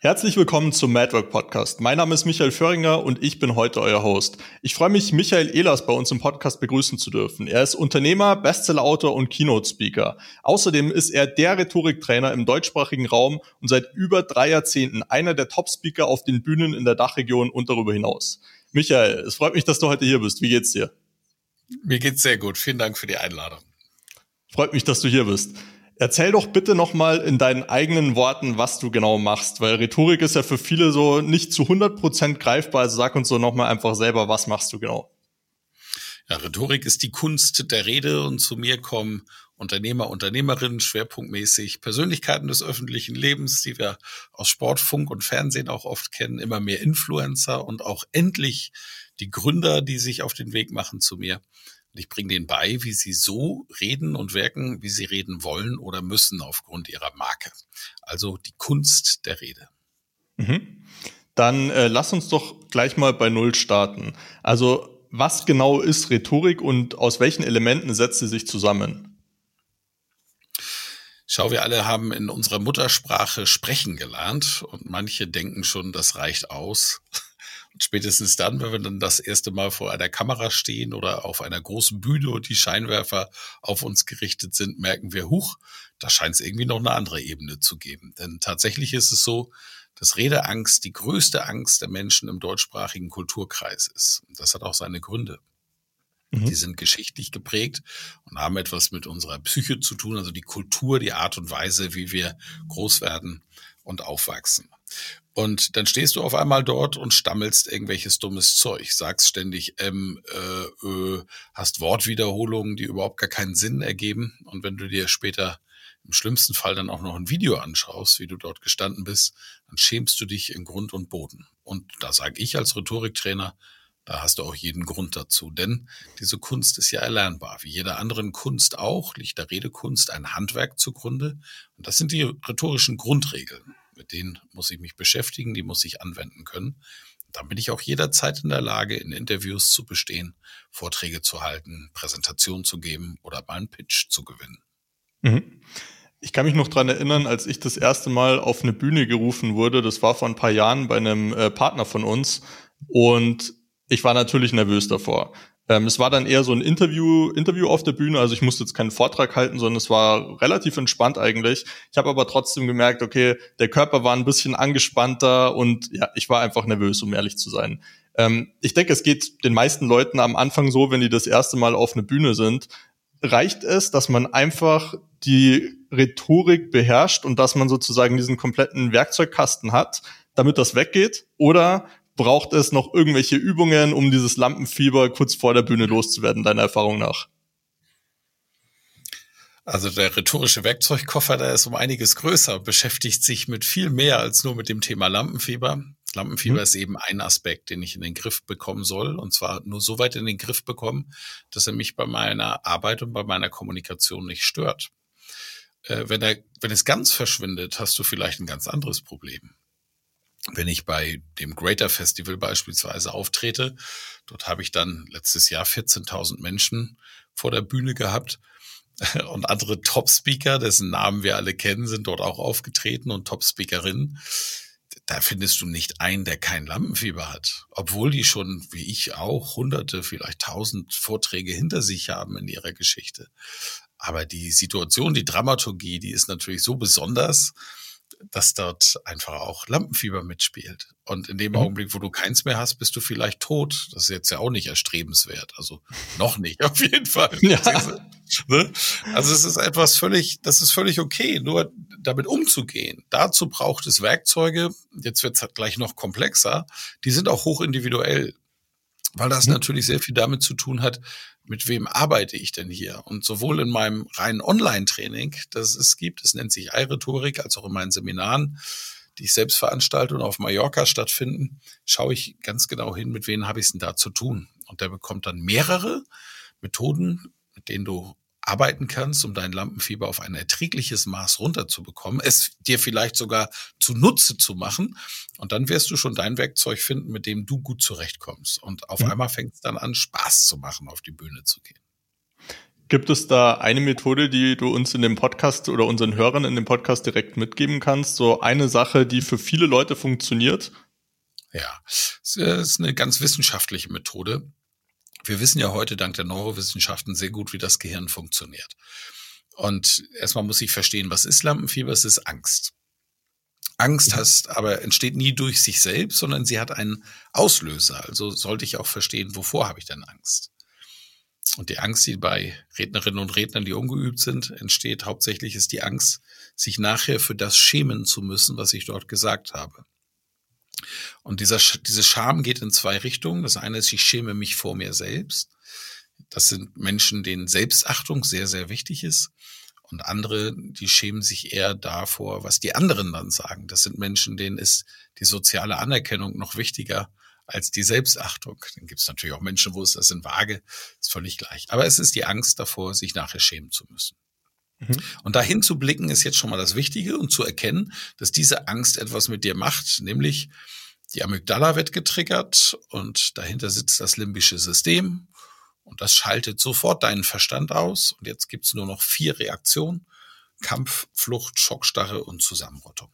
Herzlich willkommen zum Madwork Podcast. Mein Name ist Michael Föhringer und ich bin heute euer Host. Ich freue mich, Michael Ehlers bei uns im Podcast begrüßen zu dürfen. Er ist Unternehmer, Bestsellerautor und Keynote-Speaker. Außerdem ist er der Rhetoriktrainer im deutschsprachigen Raum und seit über 3 Jahrzehnten einer der Top-Speaker auf den Bühnen in der Dachregion und darüber hinaus. Michael, es freut mich, dass du heute hier bist. Wie geht's dir? Mir geht's sehr gut. Vielen Dank für die Einladung. Freut mich, dass du hier bist. Erzähl doch bitte nochmal in deinen eigenen Worten, was du genau machst, weil Rhetorik ist ja für viele so nicht zu 100% greifbar. Also sag uns so nochmal einfach selber, was machst du genau? Ja, Rhetorik ist die Kunst der Rede und zu mir kommen Unternehmer, Unternehmerinnen, schwerpunktmäßig Persönlichkeiten des öffentlichen Lebens, die wir aus Sport, Funk und Fernsehen auch oft kennen, immer mehr Influencer und auch endlich die Gründer, die sich auf den Weg machen zu mir. Und ich bringe denen bei, wie sie so reden und wirken, wie sie reden wollen oder müssen aufgrund ihrer Marke. Also die Kunst der Rede. Dann lass uns doch gleich mal bei Null starten. Also was genau ist Rhetorik und aus welchen Elementen setzt sie sich zusammen? Schau, wir alle haben in unserer Muttersprache sprechen gelernt und manche denken schon, das reicht aus. Und spätestens dann, wenn wir dann das erste Mal vor einer Kamera stehen oder auf einer großen Bühne und die Scheinwerfer auf uns gerichtet sind, merken wir, da scheint es irgendwie noch eine andere Ebene zu geben. Denn tatsächlich ist es so, dass Redeangst die größte Angst der Menschen im deutschsprachigen Kulturkreis ist. Und das hat auch seine Gründe. Die sind geschichtlich geprägt und haben etwas mit unserer Psyche zu tun, also die Kultur, die Art und Weise, wie wir groß werden und aufwachsen. Und dann stehst du auf einmal dort und stammelst irgendwelches dummes Zeug, sagst ständig hast Wortwiederholungen, die überhaupt gar keinen Sinn ergeben. Und wenn du dir später im schlimmsten Fall dann auch noch ein Video anschaust, wie du dort gestanden bist, dann schämst du dich in Grund und Boden. Und da sage ich als Rhetoriktrainer, da hast du auch jeden Grund dazu, denn diese Kunst ist ja erlernbar. Wie jeder anderen Kunst auch, liegt der Redekunst ein Handwerk zugrunde. Und das sind die rhetorischen Grundregeln. Mit denen muss ich mich beschäftigen, die muss ich anwenden können. Dann bin ich auch jederzeit in der Lage, in Interviews zu bestehen, Vorträge zu halten, Präsentationen zu geben oder mal einen Pitch zu gewinnen. Ich kann mich noch dran erinnern, als ich das erste Mal auf eine Bühne gerufen wurde. Das war vor ein paar Jahren bei einem Partner von uns. Und ich war natürlich nervös davor. Es war dann eher so ein Interview auf der Bühne, also ich musste jetzt keinen Vortrag halten, sondern es war relativ entspannt eigentlich. Ich habe aber trotzdem gemerkt, okay, der Körper war ein bisschen angespannter und ja, ich war einfach nervös, um ehrlich zu sein. Ich denke, es geht den meisten Leuten am Anfang so, wenn die das erste Mal auf eine Bühne sind, reicht es, dass man einfach die Rhetorik beherrscht und dass man sozusagen diesen kompletten Werkzeugkasten hat, damit das weggeht, oder braucht es noch irgendwelche Übungen, um dieses Lampenfieber kurz vor der Bühne loszuwerden, deiner Erfahrung nach? Also der rhetorische Werkzeugkoffer, der ist um einiges größer, beschäftigt sich mit viel mehr als nur mit dem Thema Lampenfieber. Lampenfieber ist eben ein Aspekt, den ich in den Griff bekommen soll, und zwar nur so weit in den Griff bekommen, dass er mich bei meiner Arbeit und bei meiner Kommunikation nicht stört. Wenn es ganz verschwindet, hast du vielleicht ein ganz anderes Problem. Wenn ich bei dem Greater Festival beispielsweise auftrete, dort habe ich dann letztes Jahr 14.000 Menschen vor der Bühne gehabt und andere Top-Speaker, dessen Namen wir alle kennen, sind dort auch aufgetreten und Top-Speakerinnen. Da findest du nicht einen, der kein Lampenfieber hat, obwohl die schon, wie ich auch, Hunderte, vielleicht 1.000 Vorträge hinter sich haben in ihrer Geschichte. Aber die Situation, die Dramaturgie, die ist natürlich so besonders, dass dort einfach auch Lampenfieber mitspielt. Und in dem Augenblick, wo du keins mehr hast, bist du vielleicht tot. Das ist jetzt ja auch nicht erstrebenswert. Also noch nicht, auf jeden Fall. Ja. Also es ist das ist völlig okay, nur damit umzugehen. Dazu braucht es Werkzeuge, jetzt wird es halt gleich noch komplexer, die sind auch hochindividuell. Weil das natürlich sehr viel damit zu tun hat, mit wem arbeite ich denn hier? Und sowohl in meinem reinen Online-Training, das es gibt, es nennt sich iRhetorik, als auch in meinen Seminaren, die ich selbst veranstalte und auf Mallorca stattfinden, schaue ich ganz genau hin, mit wem habe ich es denn da zu tun. Und der bekommt dann mehrere Methoden, mit denen du arbeiten kannst, um dein Lampenfieber auf ein erträgliches Maß runterzubekommen, es dir vielleicht sogar zunutze zu machen. Und dann wirst du schon dein Werkzeug finden, mit dem du gut zurechtkommst. Und auf einmal fängt es dann an, Spaß zu machen, auf die Bühne zu gehen. Gibt es da eine Methode, die du uns in dem Podcast oder unseren Hörern in dem Podcast direkt mitgeben kannst? So eine Sache, die für viele Leute funktioniert? Ja, es ist eine ganz wissenschaftliche Methode. Wir wissen ja heute dank der Neurowissenschaften sehr gut, wie das Gehirn funktioniert. Und erstmal muss ich verstehen, was ist Lampenfieber? Es ist Angst. Angst entsteht nie durch sich selbst, sondern sie hat einen Auslöser. Also sollte ich auch verstehen, wovor habe ich denn Angst? Und die Angst, die bei Rednerinnen und Rednern, die ungeübt sind, entsteht hauptsächlich, ist die Angst, sich nachher für das schämen zu müssen, was ich dort gesagt habe. Und diese Scham geht in zwei Richtungen. Das eine ist, ich schäme mich vor mir selbst. Das sind Menschen, denen Selbstachtung sehr, sehr wichtig ist. Und andere, die schämen sich eher davor, was die anderen dann sagen. Das sind Menschen, denen ist die soziale Anerkennung noch wichtiger als die Selbstachtung. Dann gibt es natürlich auch Menschen, wo es das in Waage ist, völlig gleich. Aber es ist die Angst davor, sich nachher schämen zu müssen. Und dahin zu blicken ist jetzt schon mal das Wichtige und zu erkennen, dass diese Angst etwas mit dir macht, nämlich die Amygdala wird getriggert und dahinter sitzt das limbische System und das schaltet sofort deinen Verstand aus und jetzt gibt's nur noch 4 Reaktionen: Kampf, Flucht, Schockstarre und Zusammenrottung.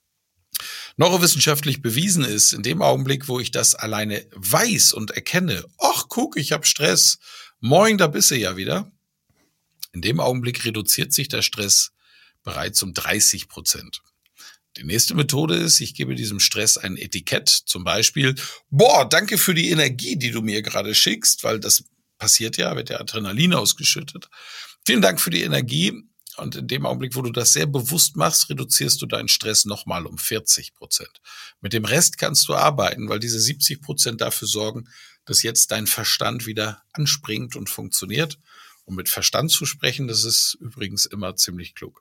Neurowissenschaftlich bewiesen ist, in dem Augenblick, wo ich das alleine weiß und erkenne, ach guck, ich habe Stress, moin, da bist du ja wieder. In dem Augenblick reduziert sich der Stress bereits um 30%. Die nächste Methode ist, ich gebe diesem Stress ein Etikett, zum Beispiel, danke für die Energie, die du mir gerade schickst, weil das passiert ja, wird ja Adrenalin ausgeschüttet. Vielen Dank für die Energie. Und in dem Augenblick, wo du das sehr bewusst machst, reduzierst du deinen Stress nochmal um 40%. Mit dem Rest kannst du arbeiten, weil diese 70% dafür sorgen, dass jetzt dein Verstand wieder anspringt und funktioniert. Um mit Verstand zu sprechen, das ist übrigens immer ziemlich klug.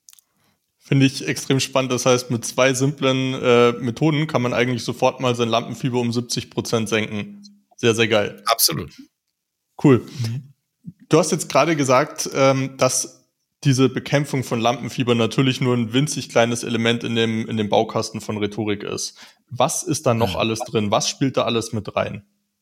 Finde ich extrem spannend. Das heißt, mit 2 simplen Methoden kann man eigentlich sofort mal sein Lampenfieber um 70% senken. Sehr, sehr geil. Absolut. Cool. Du hast jetzt gerade gesagt, dass diese Bekämpfung von Lampenfieber natürlich nur ein winzig kleines Element in dem Baukasten von Rhetorik ist. Was ist da noch alles drin? Was spielt da alles mit rein?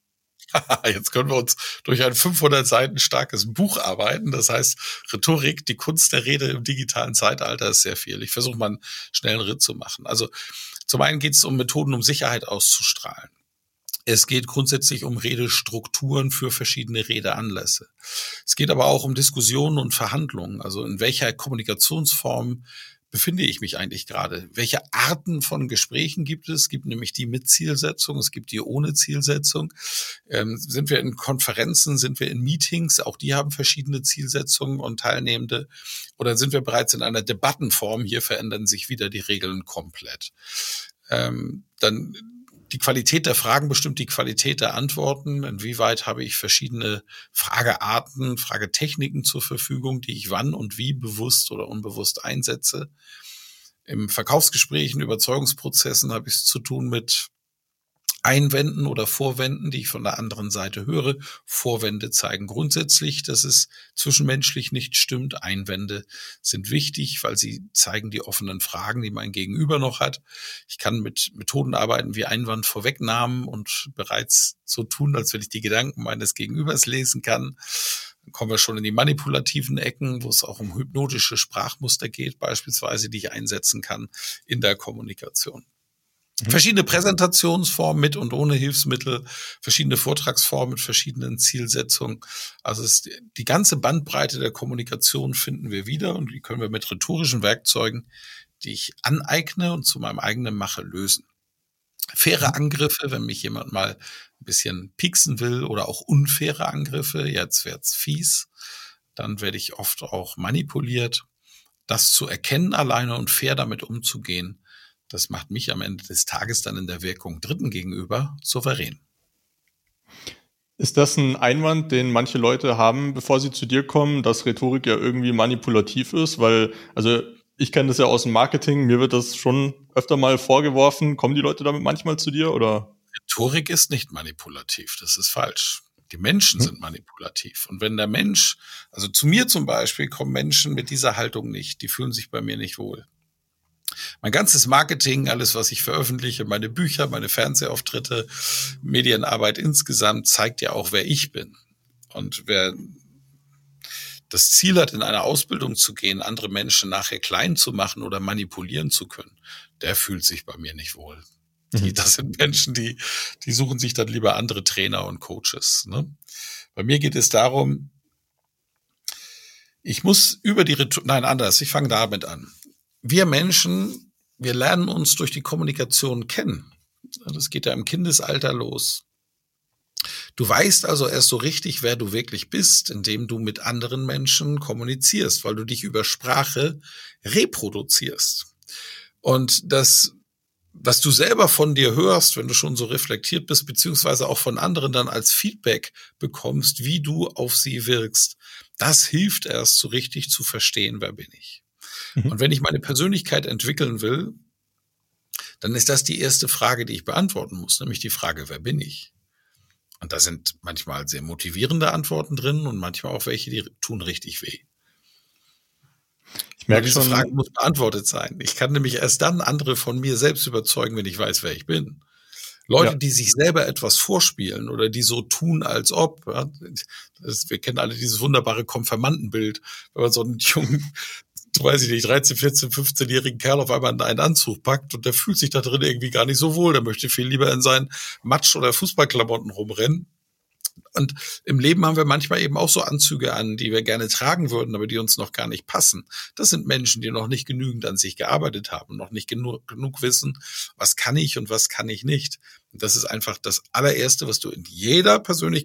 Jetzt können wir uns durch ein 500 Seiten starkes Buch arbeiten. Das heißt, Rhetorik, die Kunst der Rede im digitalen Zeitalter, ist sehr viel. Ich versuche mal einen schnellen Ritt zu machen. Also zum einen geht es um Methoden, um Sicherheit auszustrahlen. Es geht grundsätzlich um Redestrukturen für verschiedene Redeanlässe. Es geht aber auch um Diskussionen und Verhandlungen. Also in welcher Kommunikationsform befinde ich mich eigentlich gerade? Welche Arten von Gesprächen gibt es? Es gibt nämlich die mit Zielsetzung, es gibt die ohne Zielsetzung. Sind wir in Konferenzen, sind wir in Meetings? Auch die haben verschiedene Zielsetzungen und Teilnehmende. Oder sind wir bereits in einer Debattenform? Hier verändern sich wieder die Regeln komplett. Dann die Qualität der Fragen bestimmt die Qualität der Antworten. Inwieweit habe ich verschiedene Fragearten, Fragetechniken zur Verfügung, die ich wann und wie bewusst oder unbewusst einsetze. Im Verkaufsgespräch, in Überzeugungsprozessen habe ich es zu tun mit Einwänden oder Vorwänden, die ich von der anderen Seite höre. Vorwände zeigen grundsätzlich, dass es zwischenmenschlich nicht stimmt. Einwände sind wichtig, weil sie zeigen die offenen Fragen, die mein Gegenüber noch hat. Ich kann mit Methoden arbeiten wie Einwandvorwegnahmen und bereits so tun, als wenn ich die Gedanken meines Gegenübers lesen kann. Dann kommen wir schon in die manipulativen Ecken, wo es auch um hypnotische Sprachmuster geht, beispielsweise, die ich einsetzen kann in der Kommunikation. Verschiedene Präsentationsformen mit und ohne Hilfsmittel, verschiedene Vortragsformen mit verschiedenen Zielsetzungen. Also die ganze Bandbreite der Kommunikation finden wir wieder und die können wir mit rhetorischen Werkzeugen, die ich aneigne und zu meinem eigenen mache, lösen. Faire Angriffe, wenn mich jemand mal ein bisschen pieksen will, oder auch unfaire Angriffe, jetzt wird's fies, dann werde ich oft auch manipuliert. Das zu erkennen alleine und fair damit umzugehen, das macht mich am Ende des Tages dann in der Wirkung Dritten gegenüber souverän. Ist das ein Einwand, den manche Leute haben, bevor sie zu dir kommen, dass Rhetorik ja irgendwie manipulativ ist? Weil, also ich kenne das ja aus dem Marketing, mir wird das schon öfter mal vorgeworfen. Kommen die Leute damit manchmal zu dir, oder? Rhetorik ist nicht manipulativ, das ist falsch. Die Menschen sind manipulativ. Und wenn der Mensch, also zu mir zum Beispiel, kommen Menschen mit dieser Haltung nicht, die fühlen sich bei mir nicht wohl. Mein ganzes Marketing, alles, was ich veröffentliche, meine Bücher, meine Fernsehauftritte, Medienarbeit insgesamt, zeigt ja auch, wer ich bin. Und wer das Ziel hat, in eine Ausbildung zu gehen, andere Menschen nachher klein zu machen oder manipulieren zu können, der fühlt sich bei mir nicht wohl. Das sind Menschen, die suchen sich dann lieber andere Trainer und Coaches. Ne? Bei mir geht es darum, ich muss über die ich fange damit an. Wir Menschen, wir lernen uns durch die Kommunikation kennen. Das geht ja im Kindesalter los. Du weißt also erst so richtig, wer du wirklich bist, indem du mit anderen Menschen kommunizierst, weil du dich über Sprache reproduzierst. Und das, was du selber von dir hörst, wenn du schon so reflektiert bist, beziehungsweise auch von anderen dann als Feedback bekommst, wie du auf sie wirkst, das hilft erst so richtig zu verstehen, wer bin ich. Und wenn ich meine Persönlichkeit entwickeln will, dann ist das die erste Frage, die ich beantworten muss, nämlich die Frage, wer bin ich? Und da sind manchmal sehr motivierende Antworten drin und manchmal auch welche, die tun richtig weh. Ich merke schon, diese Frage muss beantwortet sein. Ich kann nämlich erst dann andere von mir selbst überzeugen, wenn ich weiß, wer ich bin. Leute, die sich selber etwas vorspielen oder die so tun, als ob. Ja, wir kennen alle dieses wunderbare Konfirmandenbild, wenn man so einen jungen, weiß ich nicht, 13, 14, 15-jährigen Kerl auf einmal in einen Anzug packt und der fühlt sich da drin irgendwie gar nicht so wohl. Der möchte viel lieber in seinen Matsch- oder Fußballklamotten rumrennen. Und im Leben haben wir manchmal eben auch so Anzüge an, die wir gerne tragen würden, aber die uns noch gar nicht passen. Das sind Menschen, die noch nicht genügend an sich gearbeitet haben, noch nicht genug wissen, was kann ich und was kann ich nicht. Und das ist einfach das allererste, was du in jeder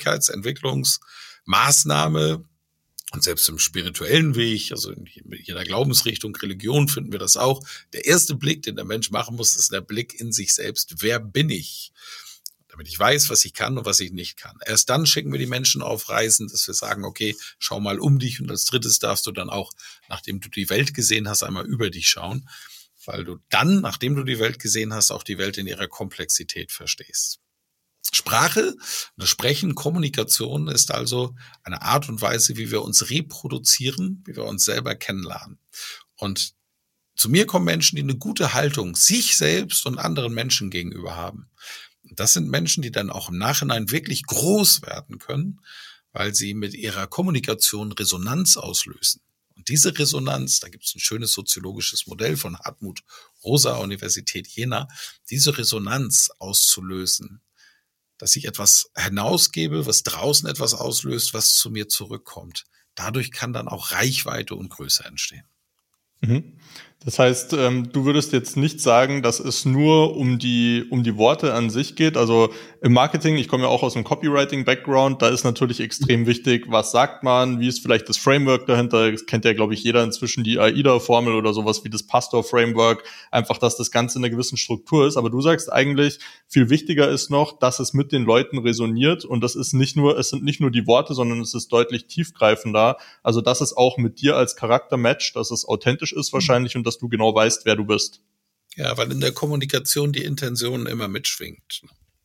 Persönlichkeitsentwicklungsmaßnahme und selbst im spirituellen Weg, also in jeder Glaubensrichtung, Religion finden wir das auch. Der erste Blick, den der Mensch machen muss, ist der Blick in sich selbst. Wer bin ich? Damit ich weiß, was ich kann und was ich nicht kann. Erst dann schicken wir die Menschen auf Reisen, dass wir sagen, okay, schau mal um dich. Und als drittes darfst du dann auch, nachdem du die Welt gesehen hast, einmal über dich schauen, weil du dann, nachdem du die Welt gesehen hast, auch die Welt in ihrer Komplexität verstehst. Sprache, das Sprechen, Kommunikation ist also eine Art und Weise, wie wir uns reproduzieren, wie wir uns selber kennenlernen. Und zu mir kommen Menschen, die eine gute Haltung sich selbst und anderen Menschen gegenüber haben. Das sind Menschen, die dann auch im Nachhinein wirklich groß werden können, weil sie mit ihrer Kommunikation Resonanz auslösen. Und diese Resonanz, da gibt es ein schönes soziologisches Modell von Hartmut Rosa, Universität Jena, diese Resonanz auszulösen, dass ich etwas hinausgebe, was draußen etwas auslöst, was zu mir zurückkommt. Dadurch kann dann auch Reichweite und Größe entstehen. Das heißt, du würdest jetzt nicht sagen, dass es nur um die Worte an sich geht. Also im Marketing, ich komme ja auch aus dem Copywriting-Background, da ist natürlich extrem wichtig, was sagt man, wie ist vielleicht das Framework dahinter. Das kennt ja, glaube ich, jeder inzwischen, die AIDA-Formel oder sowas wie das Pastor-Framework. Einfach, dass das Ganze in einer gewissen Struktur ist. Aber du sagst eigentlich, viel wichtiger ist noch, dass es mit den Leuten resoniert. Und das ist es sind nicht nur die Worte, sondern es ist deutlich tiefgreifender. Also, dass es auch mit dir als Charakter matcht, dass es authentisch ist wahrscheinlich und dass du genau weißt, wer du bist. Ja, weil in der Kommunikation die Intention immer mitschwingt.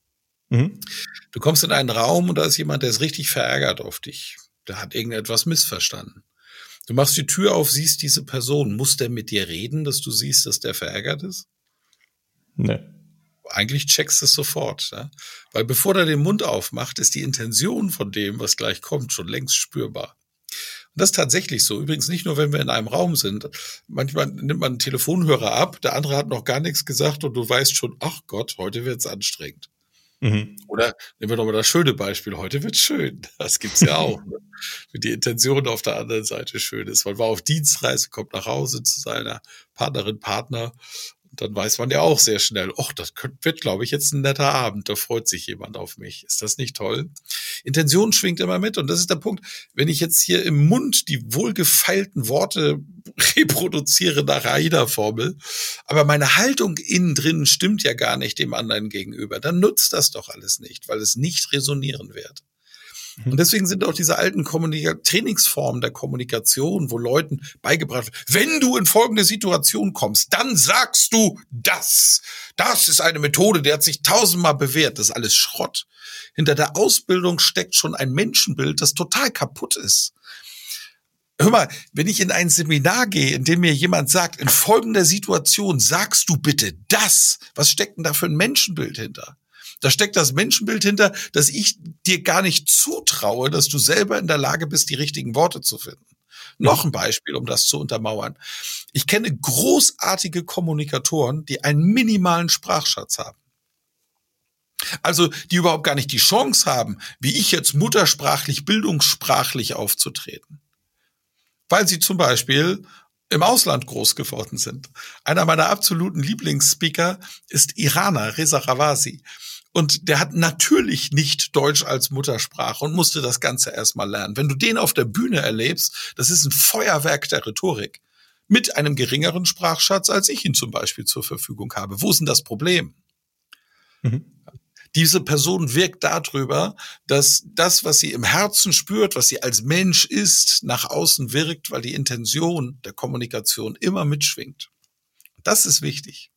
Du kommst in einen Raum und da ist jemand, der ist richtig verärgert auf dich. Der hat irgendetwas missverstanden. Du machst die Tür auf, siehst diese Person. Muss der mit dir reden, dass du siehst, dass der verärgert ist? Nee. Eigentlich checkst du es sofort. Ja? Weil bevor der den Mund aufmacht, ist die Intention von dem, was gleich kommt, schon längst spürbar. Und das ist tatsächlich so. Übrigens nicht nur, wenn wir in einem Raum sind. Manchmal nimmt man einen Telefonhörer ab, der andere hat noch gar nichts gesagt und du weißt schon, ach Gott, heute wird's anstrengend. Oder nehmen wir doch mal das schöne Beispiel, heute wird's schön. Das gibt's ja auch. Ne? Wenn die Intention auf der anderen Seite schön ist. Man war auf Dienstreise, kommt nach Hause zu seiner Partnerin, Partner. Dann weiß man ja auch sehr schnell, das wird, glaube ich, jetzt ein netter Abend, da freut sich jemand auf mich. Ist das nicht toll? Intention schwingt immer mit und das ist der Punkt. Wenn ich jetzt hier im Mund die wohlgefeilten Worte reproduziere nach AIDA-Formel, aber meine Haltung innen drin stimmt ja gar nicht dem anderen gegenüber, dann nutzt das doch alles nicht, weil es nicht resonieren wird. Und deswegen sind auch diese alten Trainingsformen der Kommunikation, wo Leuten beigebracht wird, wenn du in folgende Situation kommst, dann sagst du das. Das ist eine Methode, die hat sich 1000-mal bewährt. Das ist alles Schrott. Hinter der Ausbildung steckt schon ein Menschenbild, das total kaputt ist. Hör mal, wenn ich in ein Seminar gehe, in dem mir jemand sagt, in folgender Situation sagst du bitte das, was steckt denn da für ein Menschenbild hinter? Da steckt das Menschenbild hinter, dass ich dir gar nicht zutraue, dass du selber in der Lage bist, die richtigen Worte zu finden. Noch ein Beispiel, um das zu untermauern. Ich kenne großartige Kommunikatoren, die einen minimalen Sprachschatz haben. Also die überhaupt gar nicht die Chance haben, wie ich jetzt muttersprachlich, bildungssprachlich aufzutreten. Weil sie zum Beispiel im Ausland groß geworden sind. Einer meiner absoluten Lieblingsspeaker ist Iraner, Reza Ravasi. Und der hat natürlich nicht Deutsch als Muttersprache und musste das Ganze erstmal lernen. Wenn du den auf der Bühne erlebst, das ist ein Feuerwerk der Rhetorik. Mit einem geringeren Sprachschatz, als ich ihn zum Beispiel zur Verfügung habe. Wo ist denn das Problem? Mhm. Diese Person wirkt darüber, dass das, was sie im Herzen spürt, was sie als Mensch ist, nach außen wirkt, weil die Intention der Kommunikation immer mitschwingt. Das ist wichtig.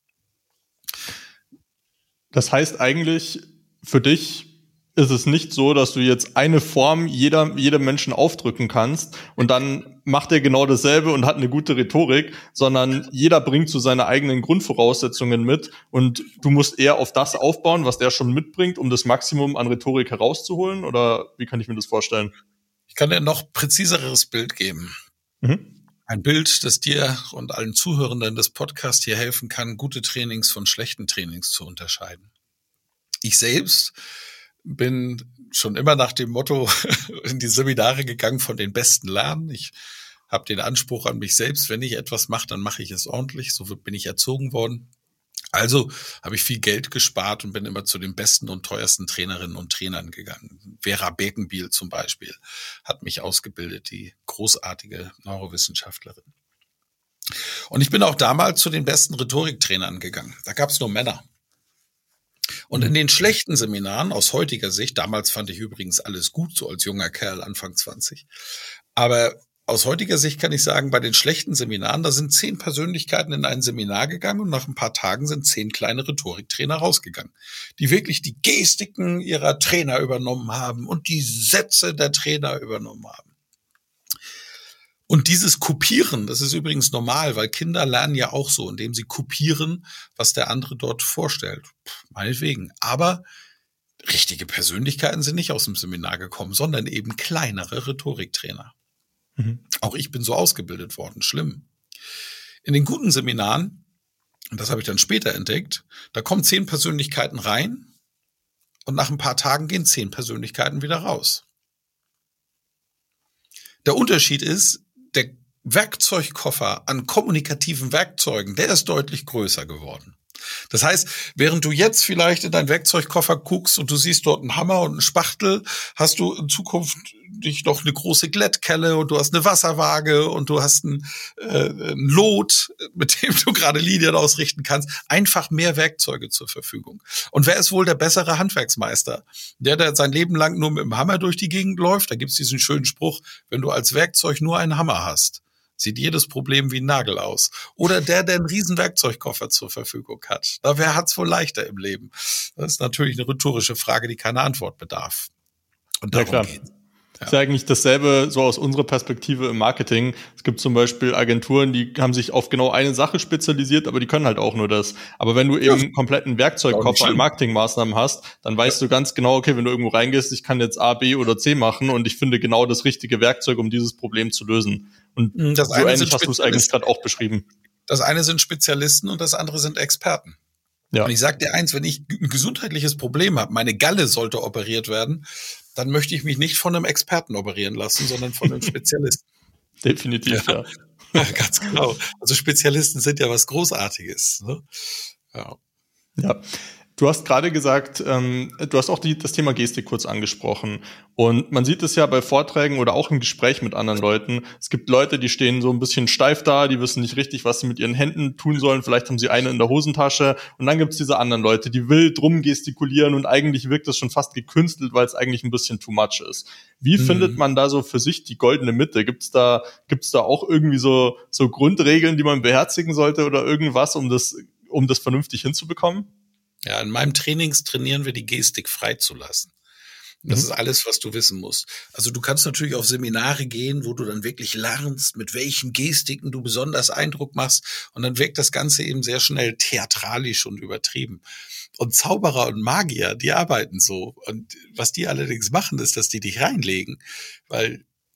Das heißt eigentlich, für dich ist es nicht so, dass du jetzt eine Form jedem Menschen aufdrücken kannst und dann macht er genau dasselbe und hat eine gute Rhetorik, sondern jeder bringt so seine eigenen Grundvoraussetzungen mit und du musst eher auf das aufbauen, was der schon mitbringt, um das Maximum an Rhetorik herauszuholen? Oder wie kann ich mir das vorstellen? Ich kann dir noch präziseres Bild geben. Ein Bild, das dir und allen Zuhörenden des Podcasts hier helfen kann, gute Trainings von schlechten Trainings zu unterscheiden. Ich selbst bin schon immer nach dem Motto in die Seminare gegangen, von den Besten lernen. Ich habe den Anspruch an mich selbst, wenn ich etwas mache, dann mache ich es ordentlich. So bin ich erzogen worden. Also habe ich viel Geld gespart und bin immer zu den besten und teuersten Trainerinnen und Trainern gegangen. Vera Birkenbiel zum Beispiel hat mich ausgebildet, die großartige Neurowissenschaftlerin. Und ich bin auch damals zu den besten Rhetoriktrainern gegangen. Da gab es nur Männer. Und in den schlechten Seminaren aus heutiger Sicht, damals fand ich übrigens alles gut, so als junger Kerl, Anfang 20, aber aus heutiger Sicht kann ich sagen, bei den schlechten Seminaren, da sind 10 Persönlichkeiten in ein Seminar gegangen und nach ein paar Tagen sind 10 kleine Rhetoriktrainer rausgegangen, die wirklich die Gestiken ihrer Trainer übernommen haben und die Sätze der Trainer übernommen haben. Und dieses Kopieren, das ist übrigens normal, weil Kinder lernen ja auch so, indem sie kopieren, was der andere dort vorstellt. Meinetwegen. Aber richtige Persönlichkeiten sind nicht aus dem Seminar gekommen, sondern eben kleinere Rhetoriktrainer. Auch ich bin so ausgebildet worden. Schlimm. In den guten Seminaren, und das habe ich dann später entdeckt, da kommen 10 Persönlichkeiten rein und nach ein paar Tagen gehen 10 Persönlichkeiten wieder raus. Der Unterschied ist, der Werkzeugkoffer an kommunikativen Werkzeugen, der ist deutlich größer geworden. Das heißt, während du jetzt vielleicht in deinen Werkzeugkoffer guckst und du siehst dort einen Hammer und einen Spachtel, hast du in Zukunft nicht noch eine große Glättkelle und du hast eine Wasserwaage und du hast ein Lot, mit dem du gerade Linien ausrichten kannst. Einfach mehr Werkzeuge zur Verfügung. Und wer ist wohl der bessere Handwerksmeister? Der sein Leben lang nur mit dem Hammer durch die Gegend läuft? Da gibt's diesen schönen Spruch, wenn du als Werkzeug nur einen Hammer hast, sieht jedes Problem wie ein Nagel aus. Oder der einen riesen Werkzeugkoffer zur Verfügung hat. Da wer hat's wohl leichter im Leben? Das ist natürlich eine rhetorische Frage, die keine Antwort bedarf. Und darum geht's. Ja. Ist ja eigentlich dasselbe so aus unserer Perspektive im Marketing. Es gibt zum Beispiel Agenturen, die haben sich auf genau eine Sache spezialisiert, aber die können halt auch nur das. Aber wenn du eben einen kompletten Werkzeugkoffer an Marketingmaßnahmen hast, dann weißt du ganz genau, okay, wenn du irgendwo reingehst, ich kann jetzt A, B oder C machen und ich finde genau das richtige Werkzeug, um dieses Problem zu lösen. Und das so ähnlich hast du es eigentlich gerade auch beschrieben. Das eine sind Spezialisten und das andere sind Experten. Ja. Und ich sag dir eins, wenn ich ein gesundheitliches Problem habe, meine Galle sollte operiert werden, dann möchte ich mich nicht von einem Experten operieren lassen, sondern von einem Spezialisten. Definitiv, ja. Ja, ganz genau. Also Spezialisten sind ja was Großartiges. Ne? Ja. Du hast gerade gesagt, du hast auch das Thema Gestik kurz angesprochen. Und man sieht es ja bei Vorträgen oder auch im Gespräch mit anderen Leuten. Es gibt Leute, die stehen so ein bisschen steif da, die wissen nicht richtig, was sie mit ihren Händen tun sollen. Vielleicht haben sie eine in der Hosentasche. Und dann gibt es diese anderen Leute, die wild rumgestikulieren und eigentlich wirkt das schon fast gekünstelt, weil es eigentlich ein bisschen too much ist. Wie findet man da so für sich die goldene Mitte? Gibt's da auch irgendwie so Grundregeln, die man beherzigen sollte oder irgendwas, um das vernünftig hinzubekommen? Ja, in meinem Trainings trainieren wir die Gestik freizulassen. Das ist alles, was du wissen musst. Also du kannst natürlich auf Seminare gehen, wo du dann wirklich lernst, mit welchen Gestiken du besonders Eindruck machst. Und dann wirkt das Ganze eben sehr schnell theatralisch und übertrieben. Und Zauberer und Magier, die arbeiten so. Und was die allerdings machen, ist, dass die dich reinlegen. Weil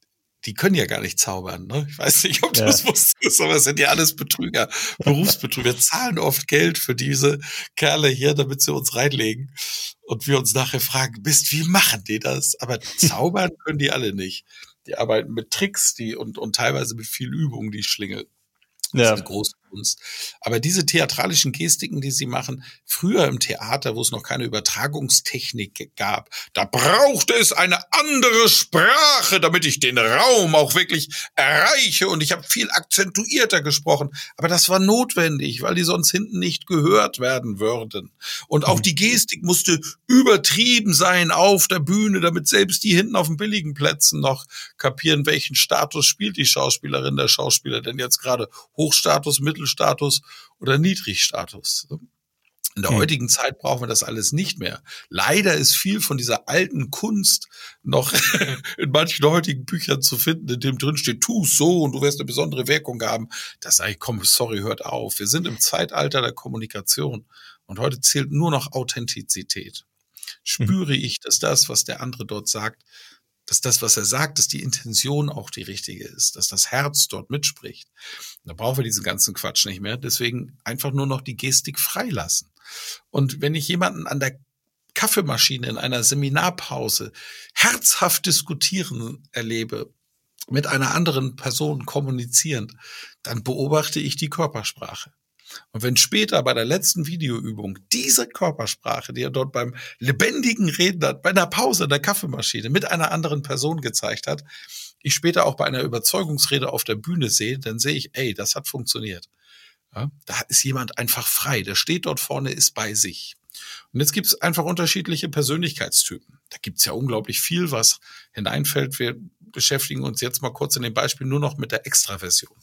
die können ja gar nicht zaubern. Ne? Ich weiß nicht, ob du es wusstest, aber es sind ja alles Betrüger, Berufsbetrüger. Wir zahlen oft Geld für diese Kerle hier, damit sie uns reinlegen und wir uns nachher fragen, Mist, wie machen die das? Aber zaubern können die alle nicht. Die arbeiten mit Tricks und teilweise mit viel Übung, die Schlingel. Das ist eine große Kunst. Aber diese theatralischen Gestiken, die sie machen, früher im Theater, wo es noch keine Übertragungstechnik gab, da brauchte es eine andere Sprache, damit ich den Raum auch wirklich erreiche. Und ich habe viel akzentuierter gesprochen. Aber das war notwendig, weil die sonst hinten nicht gehört werden würden. Und auch die Gestik musste übertrieben sein auf der Bühne, damit selbst die hinten auf den billigen Plätzen noch kapieren, welchen Status spielt die Schauspielerin, der Schauspieler denn jetzt gerade. Hochstatus, Mittelstatus oder Niedrigstatus. In der heutigen Zeit brauchen wir das alles nicht mehr. Leider ist viel von dieser alten Kunst noch in manchen heutigen Büchern zu finden, in dem drin steht, tu so und du wirst eine besondere Wirkung haben. Das sage ich, komm, sorry, hört auf. Wir sind im Zeitalter der Kommunikation und heute zählt nur noch Authentizität. Spüre ich, dass das, was der andere dort sagt, dass das, was er sagt, dass die Intention auch die richtige ist, dass das Herz dort mitspricht. Da brauchen wir diesen ganzen Quatsch nicht mehr. Deswegen einfach nur noch die Gestik freilassen. Und wenn ich jemanden an der Kaffeemaschine in einer Seminarpause herzhaft diskutieren erlebe, mit einer anderen Person kommunizierend, dann beobachte ich die Körpersprache. Und wenn später bei der letzten Videoübung diese Körpersprache, die er dort beim lebendigen Reden hat, bei einer Pause in der Kaffeemaschine mit einer anderen Person gezeigt hat, ich später auch bei einer Überzeugungsrede auf der Bühne sehe, dann sehe ich, ey, das hat funktioniert. Ja, da ist jemand einfach frei, der steht dort vorne, ist bei sich. Und jetzt gibt es einfach unterschiedliche Persönlichkeitstypen. Da gibt es ja unglaublich viel, was hineinfällt. Wir beschäftigen uns jetzt mal kurz in dem Beispiel nur noch mit der Extraversion.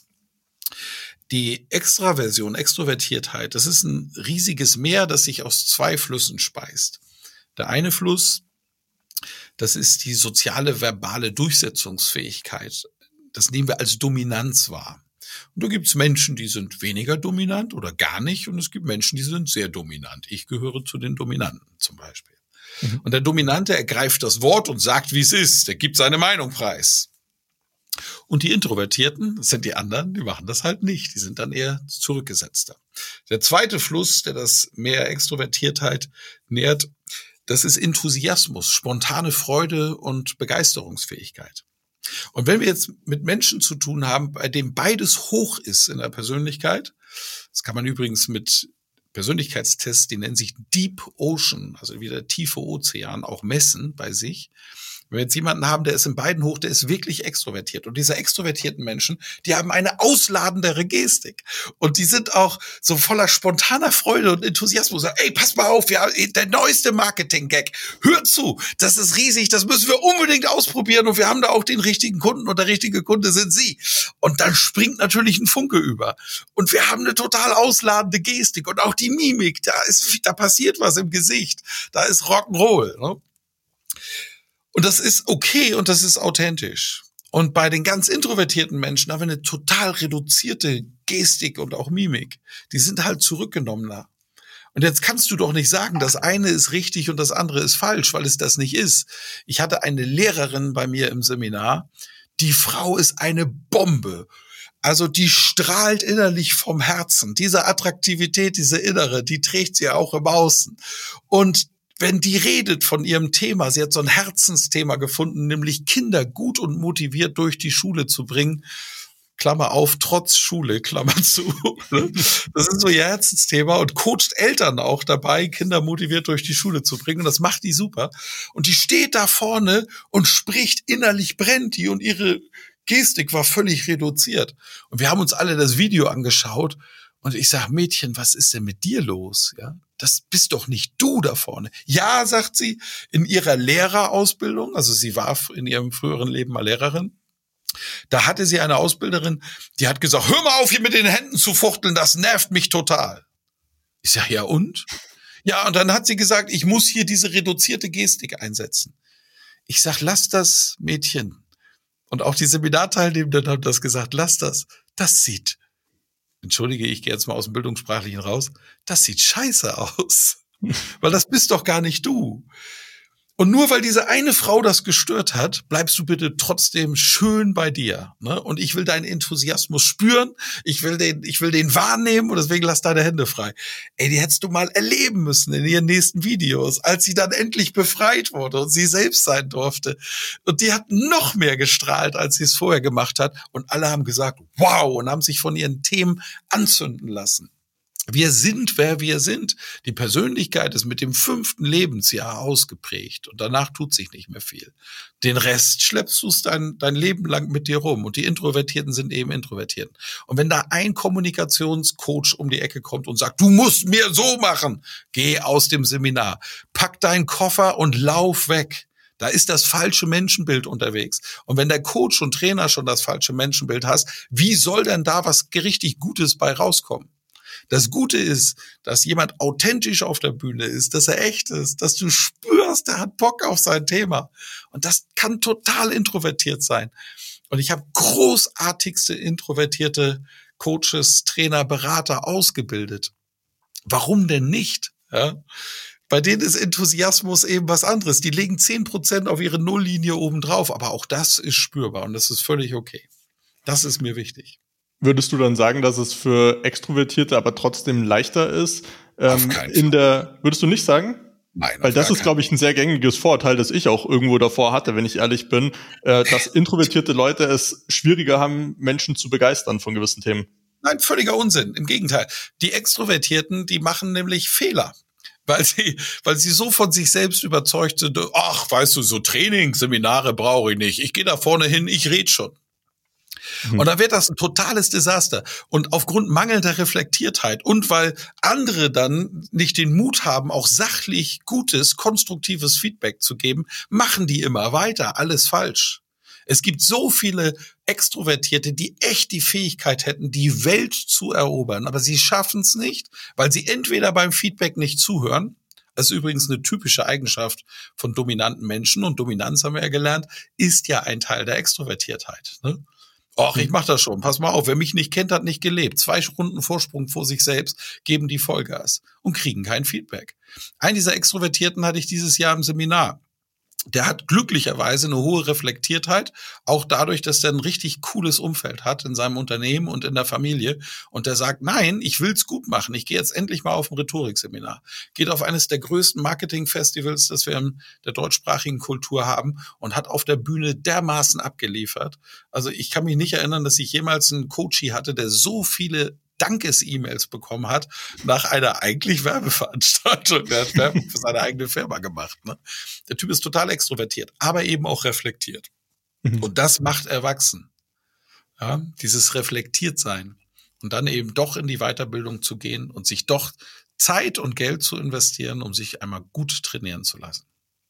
Die Extraversion, Extrovertiertheit, das ist ein riesiges Meer, das sich aus zwei Flüssen speist. Der eine Fluss, das ist die soziale, verbale Durchsetzungsfähigkeit. Das nehmen wir als Dominanz wahr. Und da gibt es Menschen, die sind weniger dominant oder gar nicht. Und es gibt Menschen, die sind sehr dominant. Ich gehöre zu den Dominanten zum Beispiel. Und der Dominante ergreift das Wort und sagt, wie es ist. Er gibt seine Meinung preis. Und die Introvertierten, das sind die anderen, die machen das halt nicht. Die sind dann eher zurückgesetzter. Der zweite Fluss, der das Meer Extrovertiertheit nährt, das ist Enthusiasmus, spontane Freude und Begeisterungsfähigkeit. Und wenn wir jetzt mit Menschen zu tun haben, bei dem beides hoch ist in der Persönlichkeit, das kann man übrigens mit Persönlichkeitstests, die nennen sich Deep Ocean, also wieder tiefe Ozean, auch messen bei sich. Wenn wir jetzt jemanden haben, der ist in beiden hoch, der ist wirklich extrovertiert. Und diese extrovertierten Menschen, die haben eine ausladendere Gestik. Und die sind auch so voller spontaner Freude und Enthusiasmus. Ey, pass mal auf, ja, der neueste Marketing-Gag. Hört zu, das ist riesig, das müssen wir unbedingt ausprobieren. Und wir haben da auch den richtigen Kunden und der richtige Kunde sind Sie. Und dann springt natürlich ein Funke über. Und wir haben eine total ausladende Gestik. Und auch die Mimik, da passiert was im Gesicht. Da ist Rock'n'Roll, ne? Und das ist okay und das ist authentisch. Und bei den ganz introvertierten Menschen haben wir eine total reduzierte Gestik und auch Mimik. Die sind halt zurückgenommener. Und jetzt kannst du doch nicht sagen, das eine ist richtig und das andere ist falsch, weil es das nicht ist. Ich hatte eine Lehrerin bei mir im Seminar. Die Frau ist eine Bombe. Also die strahlt innerlich vom Herzen. Diese Attraktivität, diese innere, die trägt sie ja auch im Außen. Und wenn die redet von ihrem Thema, sie hat so ein Herzensthema gefunden, nämlich Kinder gut und motiviert durch die Schule zu bringen, Klammer auf, trotz Schule, Klammer zu. Das ist so ihr Herzensthema und coacht Eltern auch dabei, Kinder motiviert durch die Schule zu bringen. Und das macht die super. Und die steht da vorne und spricht, innerlich brennt die und ihre Gestik war völlig reduziert. Und wir haben uns alle das Video angeschaut und ich sage, Mädchen, was ist denn mit dir los? Ja, das bist doch nicht du da vorne. Ja, sagt sie, in ihrer Lehrerausbildung, also sie war in ihrem früheren Leben mal Lehrerin, da hatte sie eine Ausbilderin, die hat gesagt, hör mal auf, hier mit den Händen zu fuchteln, das nervt mich total. Ich sage, ja und? Ja, und dann hat sie gesagt, ich muss hier diese reduzierte Gestik einsetzen. Ich sage, lass das, Mädchen. Und auch die Seminarteilnehmenden haben das gesagt, lass das. Das sieht, entschuldige, ich gehe jetzt mal aus dem Bildungssprachlichen raus, das sieht scheiße aus. Weil das bist doch gar nicht du. Und nur weil diese eine Frau das gestört hat, bleibst du bitte trotzdem schön bei dir. Ne? Und ich will deinen Enthusiasmus spüren, ich will den wahrnehmen und deswegen lass deine Hände frei. Ey, die hättest du mal erleben müssen in ihren nächsten Videos, als sie dann endlich befreit wurde und sie selbst sein durfte. Und die hat noch mehr gestrahlt, als sie es vorher gemacht hat. Und alle haben gesagt, wow, und haben sich von ihren Themen anzünden lassen. Wir sind, wer wir sind. Die Persönlichkeit ist mit dem 5. Lebensjahr ausgeprägt und danach tut sich nicht mehr viel. Den Rest schleppst du dein Leben lang mit dir rum und die Introvertierten sind eben Introvertierten. Und wenn da ein Kommunikationscoach um die Ecke kommt und sagt, du musst mir so machen, geh aus dem Seminar, pack deinen Koffer und lauf weg. Da ist das falsche Menschenbild unterwegs. Und wenn der Coach und Trainer schon das falsche Menschenbild hast, wie soll denn da was richtig Gutes bei rauskommen? Das Gute ist, dass jemand authentisch auf der Bühne ist, dass er echt ist, dass du spürst, er hat Bock auf sein Thema. Und das kann total introvertiert sein. Und ich habe großartigste introvertierte Coaches, Trainer, Berater ausgebildet. Warum denn nicht? Ja? Bei denen ist Enthusiasmus eben was anderes. Die legen 10% auf ihre Nulllinie oben drauf. Aber auch das ist spürbar und das ist völlig okay. Das ist mir wichtig. Würdest du dann sagen, dass es für Extrovertierte aber trotzdem leichter ist? Auf keinen Fall. Würdest du nicht sagen? Nein. Weil das ist, glaube ich, ein sehr gängiges Vorurteil, das ich auch irgendwo davor hatte, wenn ich ehrlich bin, dass introvertierte Leute es schwieriger haben, Menschen zu begeistern von gewissen Themen. Nein, völliger Unsinn. Im Gegenteil. Die Extrovertierten, die machen nämlich Fehler. Weil sie so von sich selbst überzeugt sind, ach, weißt du, so Trainingsseminare brauche ich nicht. Ich gehe da vorne hin, ich rede schon. Und dann wird das ein totales Desaster. Und aufgrund mangelnder Reflektiertheit und weil andere dann nicht den Mut haben, auch sachlich gutes, konstruktives Feedback zu geben, machen die immer weiter. Alles falsch. Es gibt so viele Extrovertierte, die echt die Fähigkeit hätten, die Welt zu erobern. Aber sie schaffen es nicht, weil sie entweder beim Feedback nicht zuhören. Das ist übrigens eine typische Eigenschaft von dominanten Menschen. Und Dominanz, haben wir ja gelernt, ist ja ein Teil der Extrovertiertheit, ne? Ach, ich mach das schon. Pass mal auf, wer mich nicht kennt, hat nicht gelebt. 2 Stunden Vorsprung vor sich selbst, geben die Vollgas und kriegen kein Feedback. Einen dieser Extrovertierten hatte ich dieses Jahr im Seminar. Der hat glücklicherweise eine hohe Reflektiertheit, auch dadurch, dass der ein richtig cooles Umfeld hat in seinem Unternehmen und in der Familie. Und der sagt, nein, ich will's gut machen. Ich gehe jetzt endlich mal auf ein Rhetorikseminar. Geht auf eines der größten Marketingfestivals, das wir in der deutschsprachigen Kultur haben und hat auf der Bühne dermaßen abgeliefert. Also ich kann mich nicht erinnern, dass ich jemals einen Coachie hatte, der so viele Dankes-E-Mails bekommen hat nach einer eigentlich Werbeveranstaltung. Der hat Werbung für seine eigene Firma gemacht. Ne? Der Typ ist total extrovertiert, aber eben auch reflektiert. Und das macht erwachsen. Ja, dieses Reflektiertsein. Und dann eben doch in die Weiterbildung zu gehen und sich doch Zeit und Geld zu investieren, um sich einmal gut trainieren zu lassen.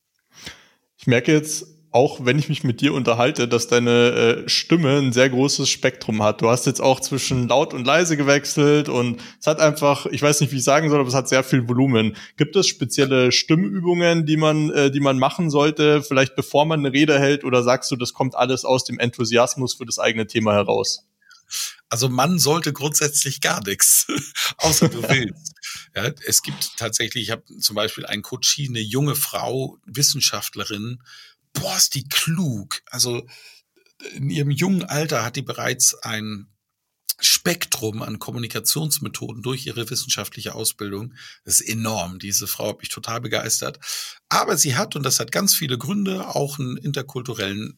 Ich merke jetzt, auch wenn ich mich mit dir unterhalte, dass deine Stimme ein sehr großes Spektrum hat. Du hast jetzt auch zwischen laut und leise gewechselt und es hat einfach, ich weiß nicht, wie ich sagen soll, aber es hat sehr viel Volumen. Gibt es spezielle Stimmübungen, die man machen sollte, vielleicht bevor man eine Rede hält, oder sagst du, das kommt alles aus dem Enthusiasmus für das eigene Thema heraus? Also man sollte grundsätzlich gar nichts, außer du willst. Ja, es gibt tatsächlich, ich habe zum Beispiel einen Coachie, eine junge Frau, Wissenschaftlerin. Boah, ist die klug. Also in ihrem jungen Alter hat die bereits ein Spektrum an Kommunikationsmethoden durch ihre wissenschaftliche Ausbildung. Das ist enorm. Diese Frau hat mich total begeistert. Aber sie hat, und das hat ganz viele Gründe, auch einen interkulturelle